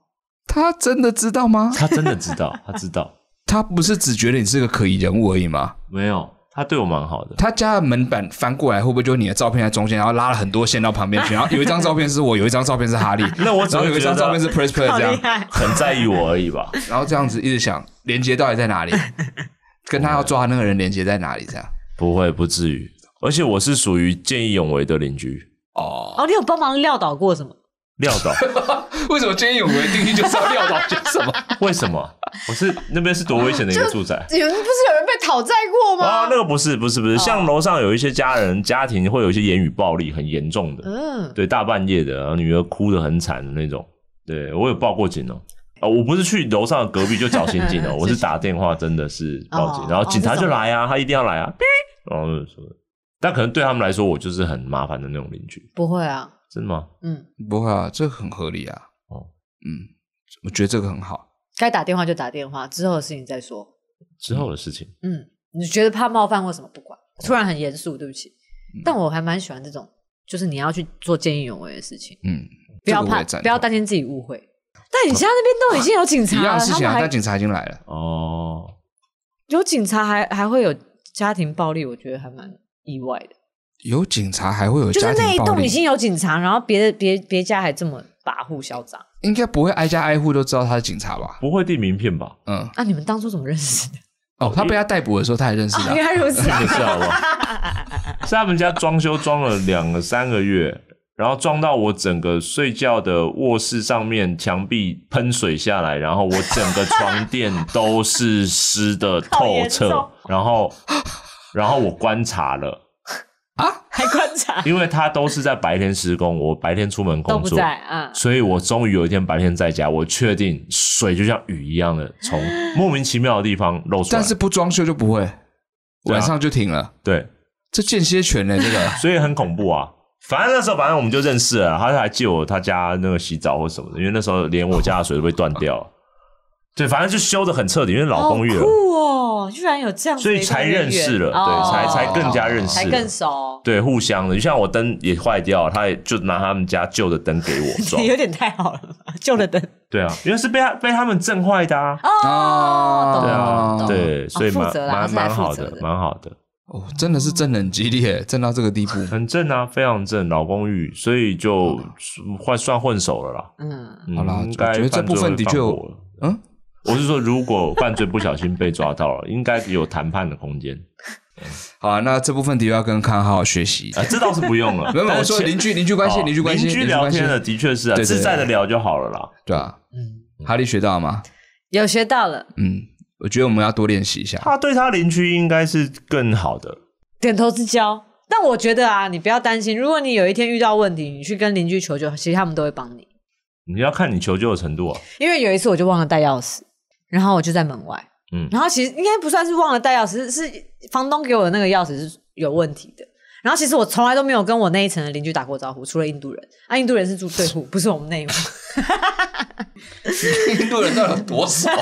[SPEAKER 2] 他真的知道吗？
[SPEAKER 1] 他真的知道，他知道。
[SPEAKER 2] 他不是只觉得你是个可疑人物而已吗？
[SPEAKER 1] 没有，他对我蛮好的。
[SPEAKER 2] 他家的门板翻过来，会不会就你的照片在中间，然后拉了很多线到旁边去，然后有一张照片是我，有一张照片是哈利，
[SPEAKER 1] 那我只会
[SPEAKER 2] 有一张照片是 Press Play 这样，
[SPEAKER 1] 很在意我而已吧。
[SPEAKER 2] 然后这样子一直想连接到底在哪里，跟他要抓那个人连接在哪里，这样
[SPEAKER 1] 不会不至于。而且我是属于见义勇为的邻居。
[SPEAKER 2] 哦
[SPEAKER 3] 哦，你有帮忙撂倒过什么？
[SPEAKER 1] 撂倒？
[SPEAKER 2] 为什么见义勇为定义就是要撂倒些什么？
[SPEAKER 1] 为什么？我是那边是多危险的一个住宅？
[SPEAKER 3] 你们不是有人被讨债过吗？
[SPEAKER 1] 啊，那个不是不是不是，像楼上有一些家人家庭会有一些言语暴力很严重的，嗯，对，大半夜的，然后女儿哭得很惨的那种，对我有报过警哦。啊，我不是去楼上的隔壁就找刑警哦，我是打电话真的是报警，然后警察就来啊，他一定要来啊，然后说，但可能对他们来说，我就是很麻烦的那种邻居。
[SPEAKER 3] 不会啊。
[SPEAKER 1] 真的吗？
[SPEAKER 2] 嗯，不会啊，这个很合理啊。哦，嗯，我觉得这个很好。
[SPEAKER 3] 该打电话就打电话，之后的事情再说。
[SPEAKER 1] 之后的事情，
[SPEAKER 3] 嗯，你觉得怕冒犯或什么不管，突然很严肃，对不起。嗯、但我还蛮喜欢这种，就是你要去做见义勇为的事情。嗯，不要怕，不要担心自己误会。但你现在那边都已经有警察了，
[SPEAKER 2] 一样的事情啊，
[SPEAKER 3] 但
[SPEAKER 2] 警察已经来了。
[SPEAKER 1] 哦，
[SPEAKER 3] 有警察还还会有家庭暴力，我觉得还蛮意外的。
[SPEAKER 2] 有警察还会有家庭暴力，
[SPEAKER 3] 就是那一栋已经有警察，然后别的别别家还这么跋扈嚣张，
[SPEAKER 2] 应该不会挨家挨户都知道他是警察吧？
[SPEAKER 1] 不会递名片吧？
[SPEAKER 3] 嗯，啊，你们当初怎么认识的？
[SPEAKER 2] 哦，他被他逮捕的时候，他也认识的、啊。
[SPEAKER 3] 原来如此，
[SPEAKER 1] 认识好不好？是他们家装修装了两个三个月，然后装到我整个睡觉的卧室上面墙壁喷水下来，然后我整个床垫都是湿的透彻，然后然后我观察了。
[SPEAKER 3] 啊，还观察？
[SPEAKER 1] 因为他都是在白天施工，我白天出门工作，
[SPEAKER 3] 都不在啊，
[SPEAKER 1] 所以我终于有一天白天在家，我确定水就像雨一样的从莫名其妙的地方漏出来，
[SPEAKER 2] 但是不装修就不会，晚上就停了。
[SPEAKER 1] 对，
[SPEAKER 2] 这间歇权呢，这个
[SPEAKER 1] 所以很恐怖啊。反正那时候，反正我们就认识了，他还借我他家那个洗澡或什么的，因为那时候连我家的水都被断掉了。对，反正就修得很彻底，因为老公寓了。
[SPEAKER 3] 好酷哦，居然有这样子，
[SPEAKER 1] 所以才认识了，
[SPEAKER 3] 哦、
[SPEAKER 1] 对，才才更加认识了，
[SPEAKER 3] 才更熟。
[SPEAKER 1] 对，互相的，就像我灯也坏掉了，他也就拿他们家旧的灯给我装，
[SPEAKER 3] 有点太好了，旧的灯。
[SPEAKER 1] 对啊，因为是被他被他们震坏的啊。
[SPEAKER 3] 哦，
[SPEAKER 1] 对啊，对，所以蛮
[SPEAKER 3] 哦、
[SPEAKER 1] 蛮蛮好的，蛮好的。
[SPEAKER 2] 哦，真的是震很激烈，震到这个地步，
[SPEAKER 1] 很震啊，非常震，老公寓，所以就换算混手了啦。
[SPEAKER 2] 嗯，好啦，我觉得这部分的确有，嗯。
[SPEAKER 1] 我是说，如果犯罪不小心被抓到了，应该有谈判的空间。
[SPEAKER 2] 好啊，那这部分的确要跟康好好学习
[SPEAKER 1] 啊，这倒是不用了。
[SPEAKER 2] 没有，我说邻居邻居关系，邻居关系，
[SPEAKER 1] 邻居聊天的的确是啊，
[SPEAKER 2] 对对对
[SPEAKER 1] 自在的聊就好了啦。
[SPEAKER 2] 对啊，嗯，哈利学到了吗？
[SPEAKER 3] 有学到了。
[SPEAKER 2] 嗯，我觉得我们要多练习一下。
[SPEAKER 1] 他对他邻居应该是更好的，
[SPEAKER 3] 点头之交。但我觉得啊，你不要担心，如果你有一天遇到问题，你去跟邻居求救，其实他们都会帮你。
[SPEAKER 1] 你要看你求救的程度啊。
[SPEAKER 3] 因为有一次我就忘了带钥匙。然后我就在门外，嗯，然后其实应该不算是忘了带钥匙，是, 是房东给我的那个钥匙是有问题的。然后其实我从来都没有跟我那一层的邻居打过招呼，除了印度人，啊，印度人是住对户，不是我们内户。
[SPEAKER 2] 印度人到底有多少？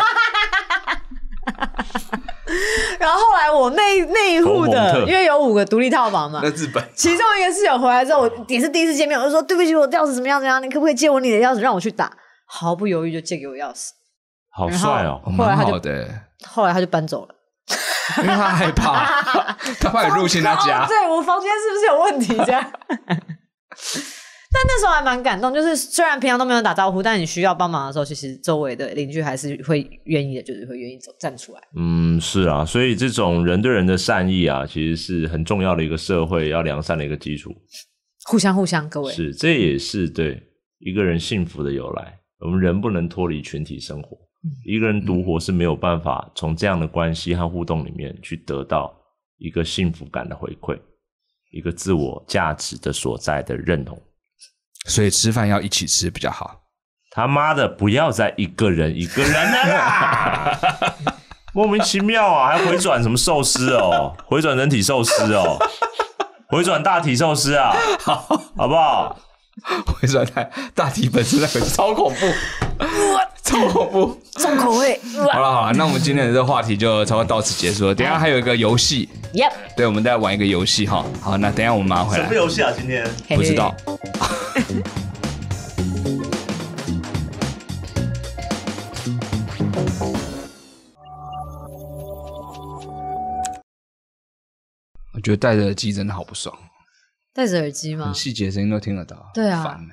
[SPEAKER 3] 然后后来我那那一户的，因为有五个独立套房嘛，
[SPEAKER 2] 那日本，
[SPEAKER 3] 其中一个室友回来之后，我也是第一次见面，我就说对不起，我钥匙怎么样怎么样，你可不可以借我你的钥匙让我去打？毫不犹豫就借给我钥匙。
[SPEAKER 1] 好帅哦！
[SPEAKER 3] 后来他就后来他就搬走了，
[SPEAKER 2] 因为他害怕，他怕你入侵他家。
[SPEAKER 3] 对，我房间是不是有问题？这样。但那时候还蛮感动，就是虽然平常都没有打招呼，但你需要帮忙的时候，其实周围的邻居还是会愿意的，就是会愿意走站出来。
[SPEAKER 1] 嗯，是啊，所以这种人对人的善意啊，其实是很重要的一个社会要良善的一个基础。
[SPEAKER 3] 互相互相，各位
[SPEAKER 1] 是，这也是对一个人幸福的由来。我们人不能脱离群体生活。一个人独活是没有办法从这样的关系和互动里面去得到一个幸福感的回馈，一个自我价值的所在的认同。
[SPEAKER 2] 所以吃饭要一起吃比较好。
[SPEAKER 1] 他妈的，不要再一个人一个人了啦！莫名其妙啊，还回转什么寿司哦，回转人体寿司哦，回转大体寿司啊，好不好？
[SPEAKER 2] 回转大大体本身那个超恐怖。超恐怖，
[SPEAKER 3] 重口味。
[SPEAKER 2] 好了好了，那我们今天的这个话题就差不多到此结束了。等一下还有一个游戏
[SPEAKER 3] ，Yep，
[SPEAKER 2] 对，我们再玩一个游戏哈。好，那等一下我们马上回来。
[SPEAKER 1] 什么游戏啊？今天
[SPEAKER 2] 不知道。 我觉得戴着耳机真的好不爽。
[SPEAKER 3] 戴着耳机吗？
[SPEAKER 2] 很细节的声音都听得到。
[SPEAKER 3] 对啊，
[SPEAKER 2] 烦。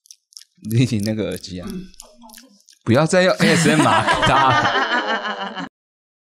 [SPEAKER 2] 你听那个耳机啊，不要再用 A S M R 给他。